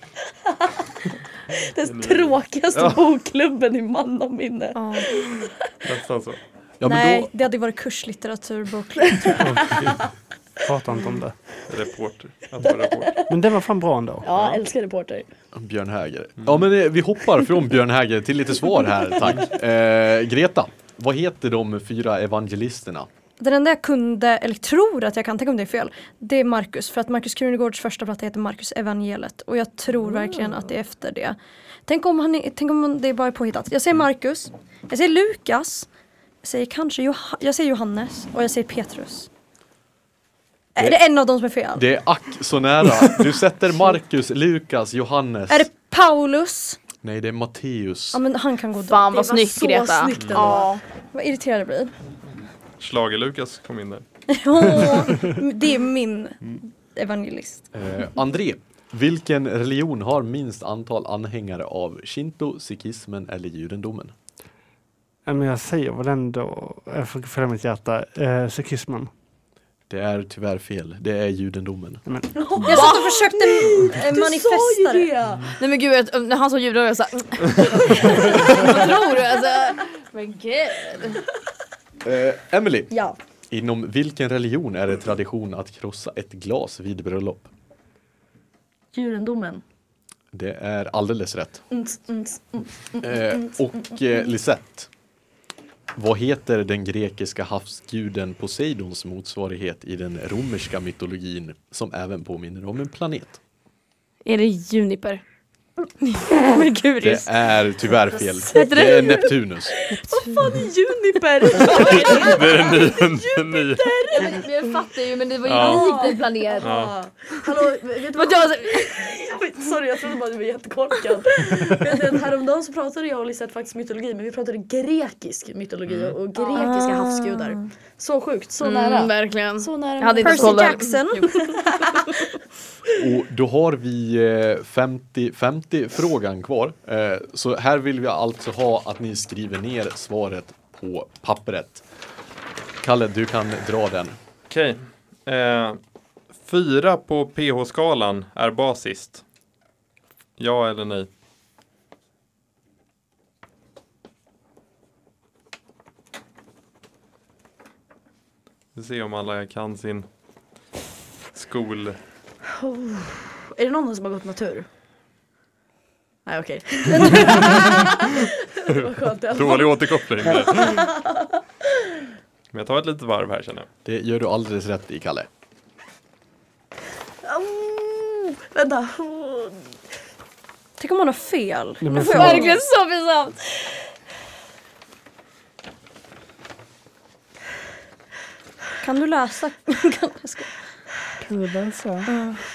Den tråkigaste bokklubben i mannaminne. Ja. Nästan så. Ja, men Nej, då, det hade varit kurslitteraturboklubb. Pratar inte om det. Reporter. Att vara reporter. Men det var fan bra ändå. Ja, jag älskar reporter. Björn Häger. Ja, men vi hoppar från Björn Häger till lite svar här, tack. Greta, vad heter de 4 evangelisterna? Den enda jag kunde, eller tror att jag kan, tänka om det är fel, det är Markus. För att Markus Krunegårds första platta heter Markus evangeliet. Och jag tror verkligen att det är efter det. Tänk om det är bara påhittat. Jag säger Markus, jag säger Lukas, jag säger kanske jag säger Johannes och jag säger Petrus. Är det en av dem som är fel? Det är ack så nära. Du sätter Markus, Lukas, Johannes. Är det Paulus? Nej, det är Matteus. Ja men han kan gå Fan då. vad snyggt så Greta. snyggt ändå. Ja. Vad irriterad jag blir. Schlager-Lukas kom in där. Det är min evangelist. André, vilken religion har minst antal anhängare av Shinto, sikhismen eller judendomen? Men jag säger väl ändå, jag får följa mitt hjärta, sikhismen. Det är tyvärr fel. Det är judendomen. Jag satt och försökte manifesta det. Nej men gud, när han sa judar var jag såhär vad tror du? Alltså, men gud. Emily, Ja. inom vilken religion är det tradition att krossa ett glas vid bröllop? Judendomen. Det är alldeles rätt. Lisette. Vad heter den grekiska havsguden Poseidons motsvarighet i den romerska mytologin som även påminner om en planet? Är det Juniper? Merkurius. Det är tyvärr fel. Det är Neptunus. Vad fan är Juniper? Det är den nya. Jag fattar ju, men det var ju likt en planet. Ja. Hallå, vet du vad? Sorry, jag trodde bara du var jättekorkad. Häromdagen så pratade jag och Lisette faktiskt mytologi, men vi pratade grekisk mytologi och grekiska havsgudar. Så sjukt, så nära. Verkligen. Så nära. Jag hade inte Percy kollat. Jackson. Och då har vi 50 frågan kvar. Så här vill vi alltså ha att ni skriver ner svaret på pappret. Kalle, du kan dra den. Okej. 4 på pH-skalan är basiskt. Ja eller nej? Vi ser om alla kan sin skol. Är det någon som har gått natur? Nej, okej. Det var skönt i alla fall. Dålig återkoppling. Men jag tar ett litet varv här känner jag. Det gör du alldeles rätt i, Kalle. Vänta. Tänk om man har fel. Nej, men Nu får jag- Verkligen så pinsamt. Kan du läsa? Kan du läsa?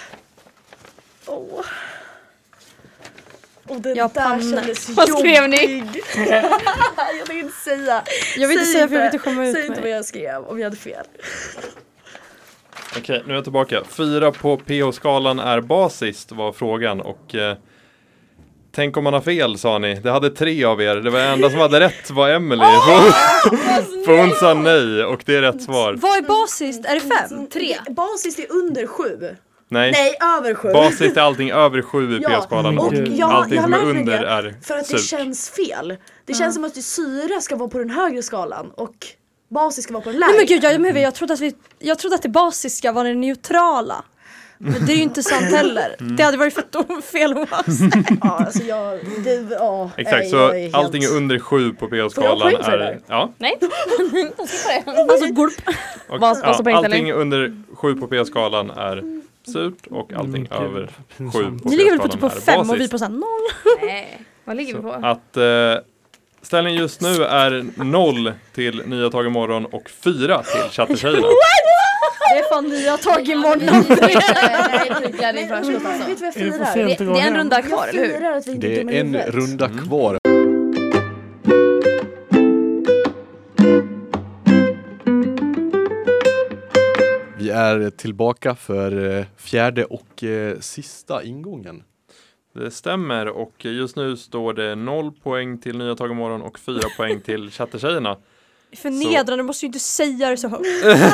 Och den Jag där pannar. kändes Vad skrev ni? jobbig. Jag vill inte säga. Jag vill inte säga för jag vill inte komma ut Säg inte med vad det. jag skrev om jag hade fel. Okej, nu är jag tillbaka. 4 på pH-skalan är basiskt var frågan och tänk om man har fel sa ni. Det hade 3 av er. Det var enda som hade rätt var Emily. För hon sa nej och det är rätt svar. Vad är basiskt? Är det 5? 3. Basiskt är under 7. Nej, Nej, över 7. basiskt är allting över 7 i Ja, pH-skalan och och jag allting har som är lärt mig under det är för att det surt. känns fel. Det känns som att syra ska vara på den högre skalan och basis ska vara på den Nej lägre. men gud, jag trodde att det basiska var det neutrala. Men det är ju inte sant heller. Det hade varit för fel oavsett. Ja, alltså Exakt, så jag är helt... allting är under 7 på Får jag pH-skalan poäng för det är... där? Ja, Nej, jag skippar det. Alltså gulp. och, Vad står poängen, allting under 7 på pH-skalan är surt och allting över 7 på Ni ligger väl på pH-skalan typ är 5 och vi basiskt. på såhär 0. Nej, vad ligger vi på? Att ställningen just nu är 0 till Nya Tag imorgon och 4 till Chattertjejerna. Det är fan nya tag imorgon. Glädje Vet du vad jag Är det för firar? sent att gå Det är en hem? runda kvar, Jag eller hur? firar att vi inte Det dumma i är en huvudet. runda kvar. Vi är tillbaka för fjärde och sista ingången. Det stämmer och just nu står det 0 poäng till Nya Tag imorgon och 4 poäng till Chattertjejerna. Förnedrande, du måste ju inte säga det så högt.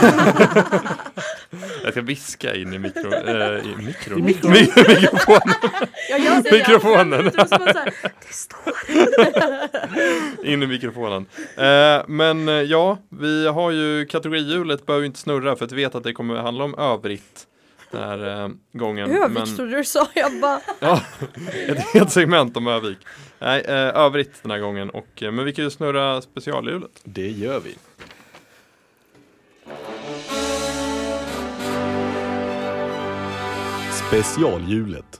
Jag ska viska in i mikrofonen. Ja, jag säger Mikrofonen. det. Det står. In i mikrofonen. Men ja, vi har ju kategorihjulet behöver inte snurra för att vi vet att det kommer handla om övrigt den här gången. Övik trodde du sa, jag bara... Ja, ett helt segment om Övik. Nej, övrigt den här gången. Men vi kan ju snurra specialhjulet. Det gör vi. Specialhjulet.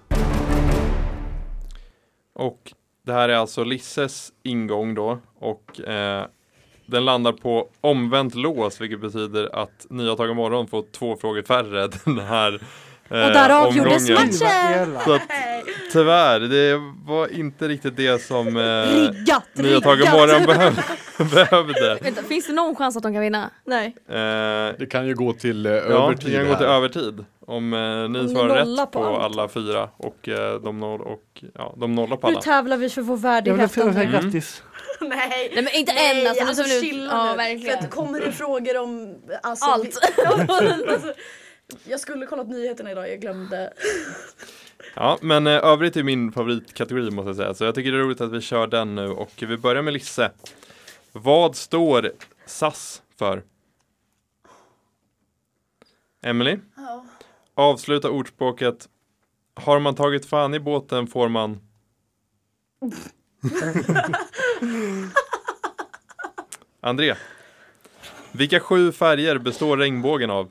Och det här är alltså Lisses ingång då. Och den landar på omvänt lås, vilket betyder att Nya Tag imorgon får 2 frågor färre den här Och där avgjordes omgången. matchen! Så att, tyvärr, det var inte riktigt det som Riggat, Nya Tag imorgon behövde. Vänta, finns det någon chans att de kan vinna? Nej. Det kan ju gå till Ja, övertid det kan gå till här. övertid. Om ni ni svarar nollar rätt på på allt. alla 4 och de nollar på Nu alla. tävlar vi för vår Jag vill värdighet. säga grattis. Nej. Nej men inte än alltså. Alltså Nu chilla nu. verkligen. För att kommer det frågor om alltså, Allt. Alltså, jag skulle kollat nyheterna idag, jag glömde. Ja, men övrigt är min favoritkategori måste jag säga. Så jag tycker det är roligt att vi kör den nu. Och vi börjar med Lisse. Vad står SAS för? Emily? Ja. Avsluta ordspråket. Har man tagit fan i båten får man... André. Vilka 7 färger består regnbågen av?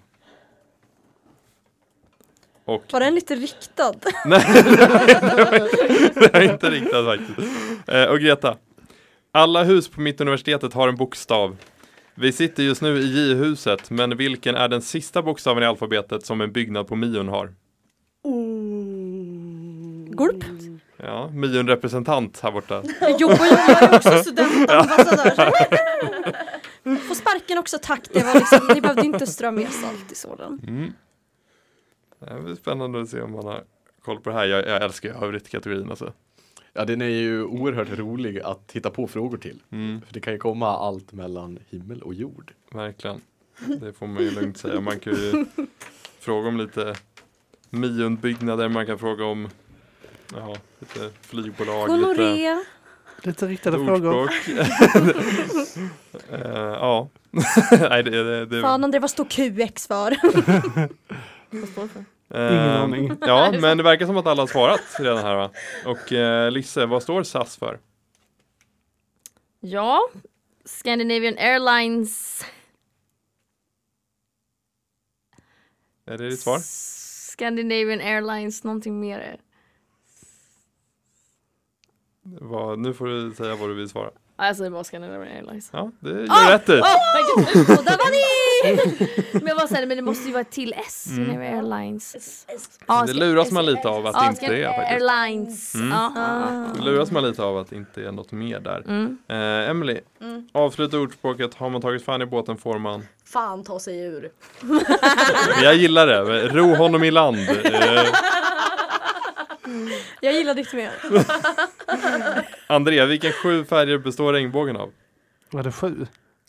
Och... Var den lite riktad? Nej, det är inte riktigt faktiskt. Och Greta. Alla hus på Mittuniversitetet har en bokstav. Vi sitter just nu i J-huset, men vilken är den sista bokstaven i alfabetet som en byggnad på Mion har? Gulp. Ja, Mion-representant här borta. Jag är också studentambassadör. Får sparken också, tack. Det var liksom, ni behövde inte strö mer salt i såren. Mm. Det blir spännande att se om man har koll på det här. Jag älskar ju övrigt-kategorin alltså. Ja, den är ju oerhört rolig att hitta på frågor till. För det kan ju komma allt mellan himmel och jord. Verkligen. Det får man ju lugnt säga. Man kan ju fråga om lite Mion-byggnader. Man kan fråga om lite flygbolag. Gonorré. Lite riktade frågor. Ja. Nej, det... Fan André, vad står QX för? Ingen aning. Ja, men det verkar som att alla har svarat redan här va? Och Lisse, vad står SAS för? Ja, Scandinavian Airlines. Är det ditt svar? Scandinavian Airlines, någonting mer. Nu får du säga vad du vill svara. Jag säger bara Scandinavian Airlines. Ja, det gör rätt i. Och där var ni! Men jag bara säger, men det måste ju vara till S. Scandinavian Airlines. Det luras man lite av att inte är faktiskt. Airlines. Det luras man lite av att inte är något mer där. Emily, avsluta ordspråket. Har man tagit fan i båten får man... Fan ta sig ur. Jag gillar det. Ro honom i land. Jag gillar ditt mer. André, vilka 7 färger består regnbågen av? Var det 7?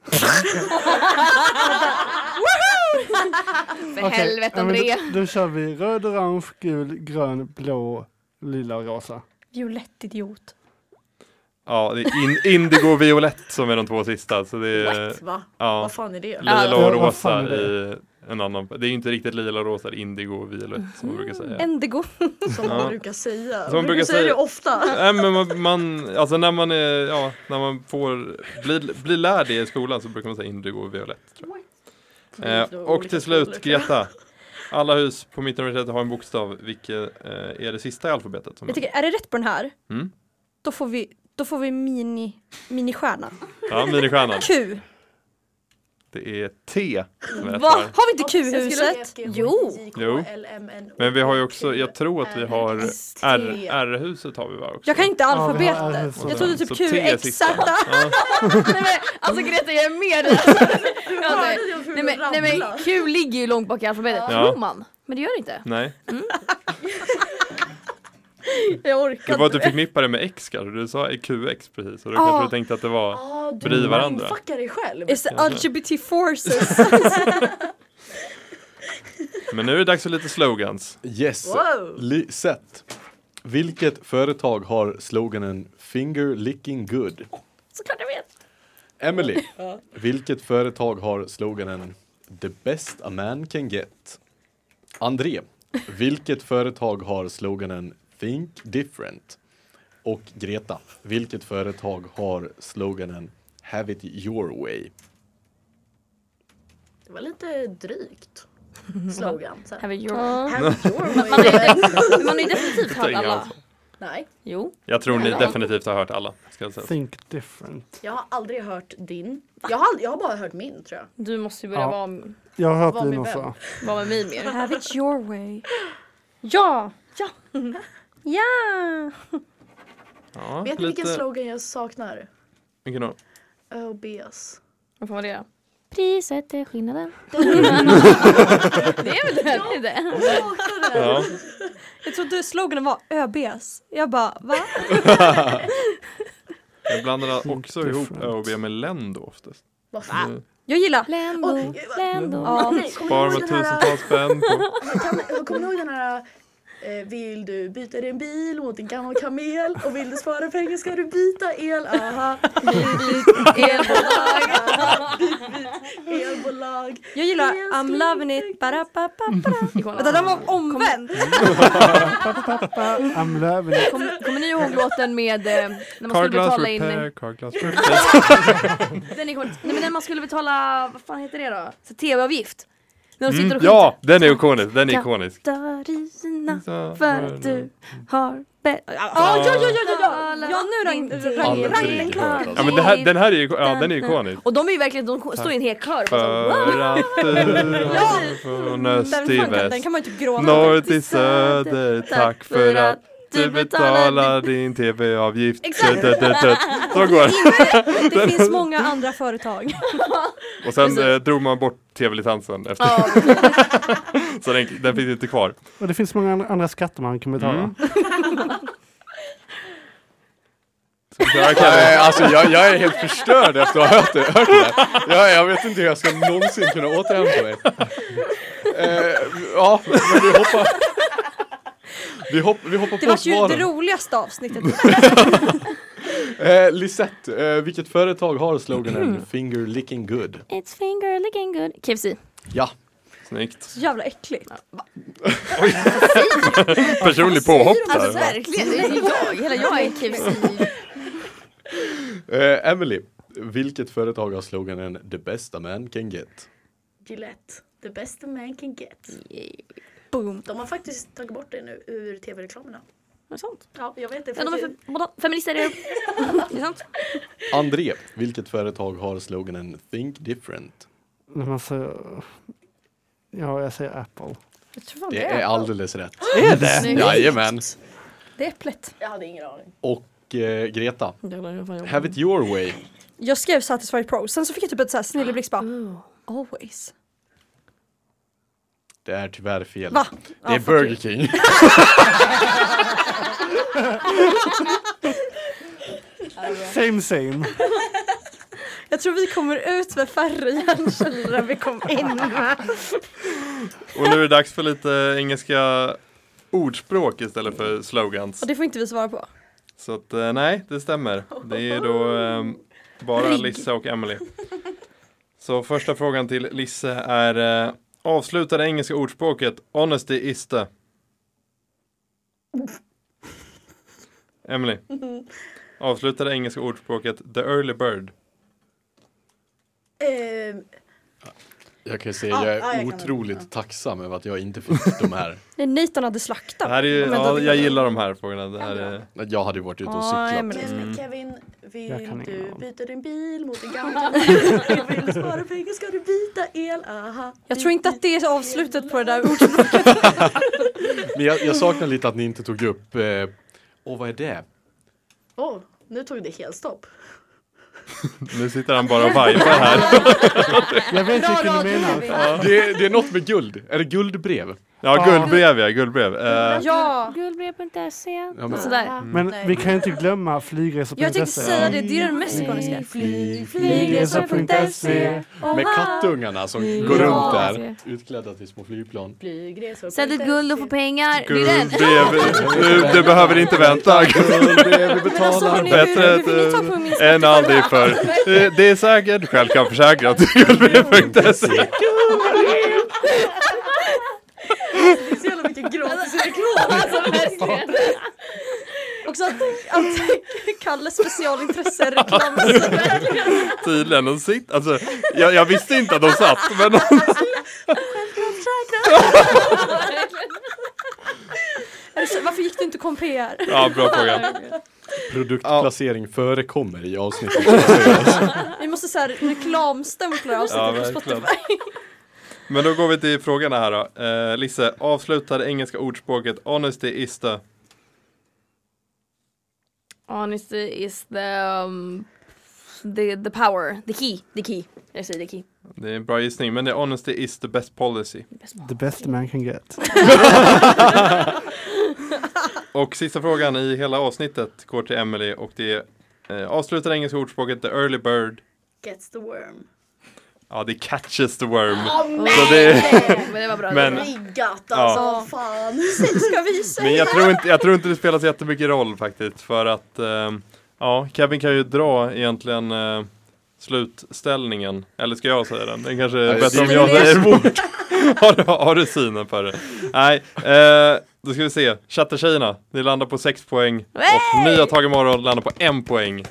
För helvete André. Då kör vi röd, orange, gul, grön, blå, lila och rosa. Violett idiot. Ja, det är indigo och violett som är de 2 sista. Så det är, What, va? ja, Vad fan är det? lila och Vad rosa fan är det? i en annan. Det är ju inte riktigt lila och rosa, det är indigo och violett som man brukar säga. Indigo. Som man brukar säga. Som man brukar säga säga. det ofta. Nej, men man alltså när man är, när man får bli lärd i skolan så brukar man säga indigo och violett. Tror jag. Och till slut, Greta. Alla hus på Mittuniversitetet har en bokstav. Vilket är det sista i alfabetet? Jag tycker, är det rätt på den här? Mm. Då får vi ministjärna. Ja, ministjärnan. Q. Det är T som är rätt Va? svar. Har vi inte Q-huset? Jo. Men vi har ju också, jag tror att vi har R-huset har vi va också. Jag kan inte alfabetet. R-huset. Jag trodde typ Så T är QX. sista. Nej, men, alltså Greta, jag är med dig. Nej men Q ligger ju långt bak i alfabetet, Ja. tror man. Men det gör det inte. Nej, Jag orkar det var att du inte. förknippade det med X kanske. Du sa QX precis. Och då kanske du tänkte att det var bredvid varandra. Fuckar dig själv. It's LGBT forces. Men nu är det dags för lite slogans. Yes. Wow. Sett. Vilket företag har sloganen Finger licking good? Såklart jag vet. Emily. Vilket företag har sloganen The best a man can get? André. Vilket företag har sloganen Think different? Och Greta. Vilket företag har sloganen Have it your way? Det var lite drygt. Slogan. Så här. Have it your... Have it your way. Man har ju definitivt hört alla. Alltså. Nej, Jo. Jag tror ni definitivt har hört alla. Ska jag säga. Think different. jag har aldrig hört din. Jag har bara hört min tror jag. Du måste ju börja Ja. Jag har hört Vad din med vem? också. vara med mig mer. Have it your way. Ja. Ja. Ja. Ja, Vet ni vilken slogan jag saknar? Vilken då? OBS. Vad får man det? Priset är skillnaden. Det är väl det? Ja. Jag trodde sloganen var ÖBS. Jag bara, va? Jag blandar också ihop ÖoB med Lendo oftast. Varför? Jag gillar Lendo. Ja. Spar med tusentals spänn på. Kommer du ihåg den här vill du byta din bil mot en gammal kamel och vill du spara pengar ska du byta el. Aha. Elbolag. Jag gillar I'm loving it. Vänta, den var omvänd. I'm loving it. Kommer ni ihåg låten med när man skulle betala in... Carglass repair. Den är ikonisk. Nej, men när man skulle betala, vad fan heter det då? Så tv-avgift. När de sitter och Ja, den är ikonisk. Den är ikonisk. Katarina, för att du har Ja, nu rangen klar. Ja, men den här är ju den är ikonisk. Och de är ju verkligen, de står i en hel kör. För att du från öst till Den väst, kan man ju typ gråta. norr till söder, tack för att du betalar din tv-avgift. Exakt. Så går det. Det finns många andra företag. Och sen drog man bort tv-licensen efter. Så den finns inte kvar. Och det finns många andra skatter man kan betala. Alltså jag är helt förstörd efter att ha hört det. Jag vet inte hur jag ska någonsin kunna återhämta mig. Ja, men vi hoppar Det på var ju det svaren. roligaste avsnittet. Lisette, vilket företag har sloganen Finger licking good? It's finger licking good. KFC. Ja. Snyggt. Så jävla äckligt. Personlig påhopp Alltså där. verkligen, det är hela jag är KFC. Emily, vilket företag har sloganen The best a man can get? Gillette, the best a man can get. Boom. De har faktiskt tagit bort det nu ur tv-reklamerna. Är det sant? Ja, jag vet det. Ja, de är båda feminister. Det är sant. André, vilket företag har sloganen Think different? När man säger, ja, jag säger Apple. Jag tror fan Det är alldeles rätt. Är det? Jajamän. Det är äpplet. Jag hade ingen aning. Och Greta, have it your way. Jag skrev Satisfy Pro. Sen så fick jag typ ett så här snilleblixt bara. Always. Det är tyvärr fel. Va? Det är Burger King. Same. Jag tror vi kommer ut med färre hjärnceller än vi kom in med. Och nu är det dags för lite engelska ordspråk istället för slogans. Och det får inte vi svara på. Så att nej, det stämmer. Det är då bara Lisse och Emily. Så första frågan till Lisse är avsluta det engelska ordspråket honesty is the... Emily. Avsluta det engelska ordspråket the early bird. Jag kan säga jag är otroligt tacksam över att jag inte fick de här. Nej, Nathan hade slaktat. Det här är ju, jag gillar de här frågorna. Det här är... Jag hade varit ute och cyklat. Kevin, vill kan du inte. byta din bil mot en gammal vill du spara pengar ska du byta el. Aha. Jag tror inte att det är avslutet på det där ordspråket. Men jag saknar lite att ni inte tog upp vad är det? Nu tog det helt stopp. Nu sitter han bara och vibar här. Jag vet vilken du menar. Det är något med guld. Är det guldbrev? Ja, guldbrev. Ja. Guldbrev.se. Ja, men, Sådär. Men vi kan ju inte glömma flygresor.se. Jag tänkte säga det, det är den mest ikoniska. Flygresor.se. med kattungarna som går runt där utklädda till små flygplan. Sätt ett guld och få pengar. Det är den. Guldbrev. Du behöver inte vänta. Guldbrev, vi betalar. Bättre än aldrig för. Det är säkert. Själv kan försäkrat. Guldbrev.se. Det är så jävla mycket gratis reklam. Också att Kalles specialintresse är reklam. Tydligen. De sitter, alltså, jag visste inte att de satt. Men Varför gick du inte kom PR? ja, bra fråga. Produktplacering förekommer i avsnittet. Vi måste så här reklamstämpla avsnittet på verkligen. Spotify. Men då går vi till frågan här då. Lisse, avsluta det engelska ordspråket honesty is the... Honesty is the power, the key. Jag säger the key. Det är en bra gissning, men det är honesty is the best policy. The best man can get. Och sista frågan i hela avsnittet går till Emily och det är avslutar engelska ordspråket the early bird. Gets the worm. Ja, det catches the worm. Men Så det var bra. Men- riggat alltså, fan. Ska vi säga? Men jag tror inte det spelar så jättemycket roll faktiskt. För att Kevin kan ju dra egentligen slutställningen. Eller ska jag säga den? Den kanske är bättre om jag säger bort. Har du synen på det? Nej, då ska vi se. Chattertjejerna, ni landar på 6 poäng. Och nya Tag imorgon landar på 1 poäng.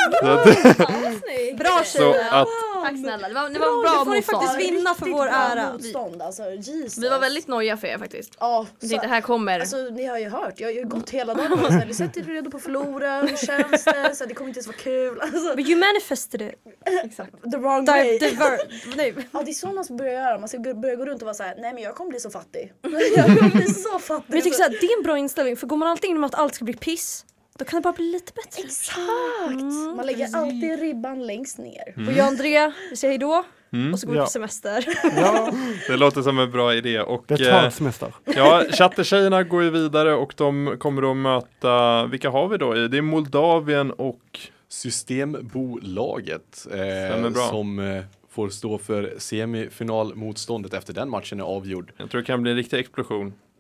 Bra Så tjejer! att Tack snälla, det var bra Nu får ni motstånd. faktiskt vinna för vår ära. Motstånd, alltså, Jesus. Vi var väldigt nojiga för er faktiskt. Ja, Vi tänkte här kommer. alltså ni har ju hört, jag har ju gått hela dagen och sagt, vi sätter er redo på att förlora, hur känns det? Så det kommer inte ens vara kul. Alltså, But you manifested it. the wrong way. Nej. Ja, det är så man ska börja göra, man ska börja gå runt och vara såhär, nej men jag kommer bli så fattig. Jag kommer bli så fattig. Men jag tycker såhär, det är en bra inställning för går man alltid in med att allt ska bli piss, då kan det bara bli lite bättre. Exakt! Man lägger alltid ribban längst ner. Och jag och Andrea, vi säger hejdå och så går vi Ja. på semester. Ja, det låter som en bra idé. Och, det tar semester. ja, Chattertjejerna går ju vidare och de kommer att möta, vilka har vi då? Det är Moldavien och Systembolaget Stämmer bra. som får stå för semifinalmotståndet efter den matchen är avgjord. jag tror det kan bli en riktig explosion.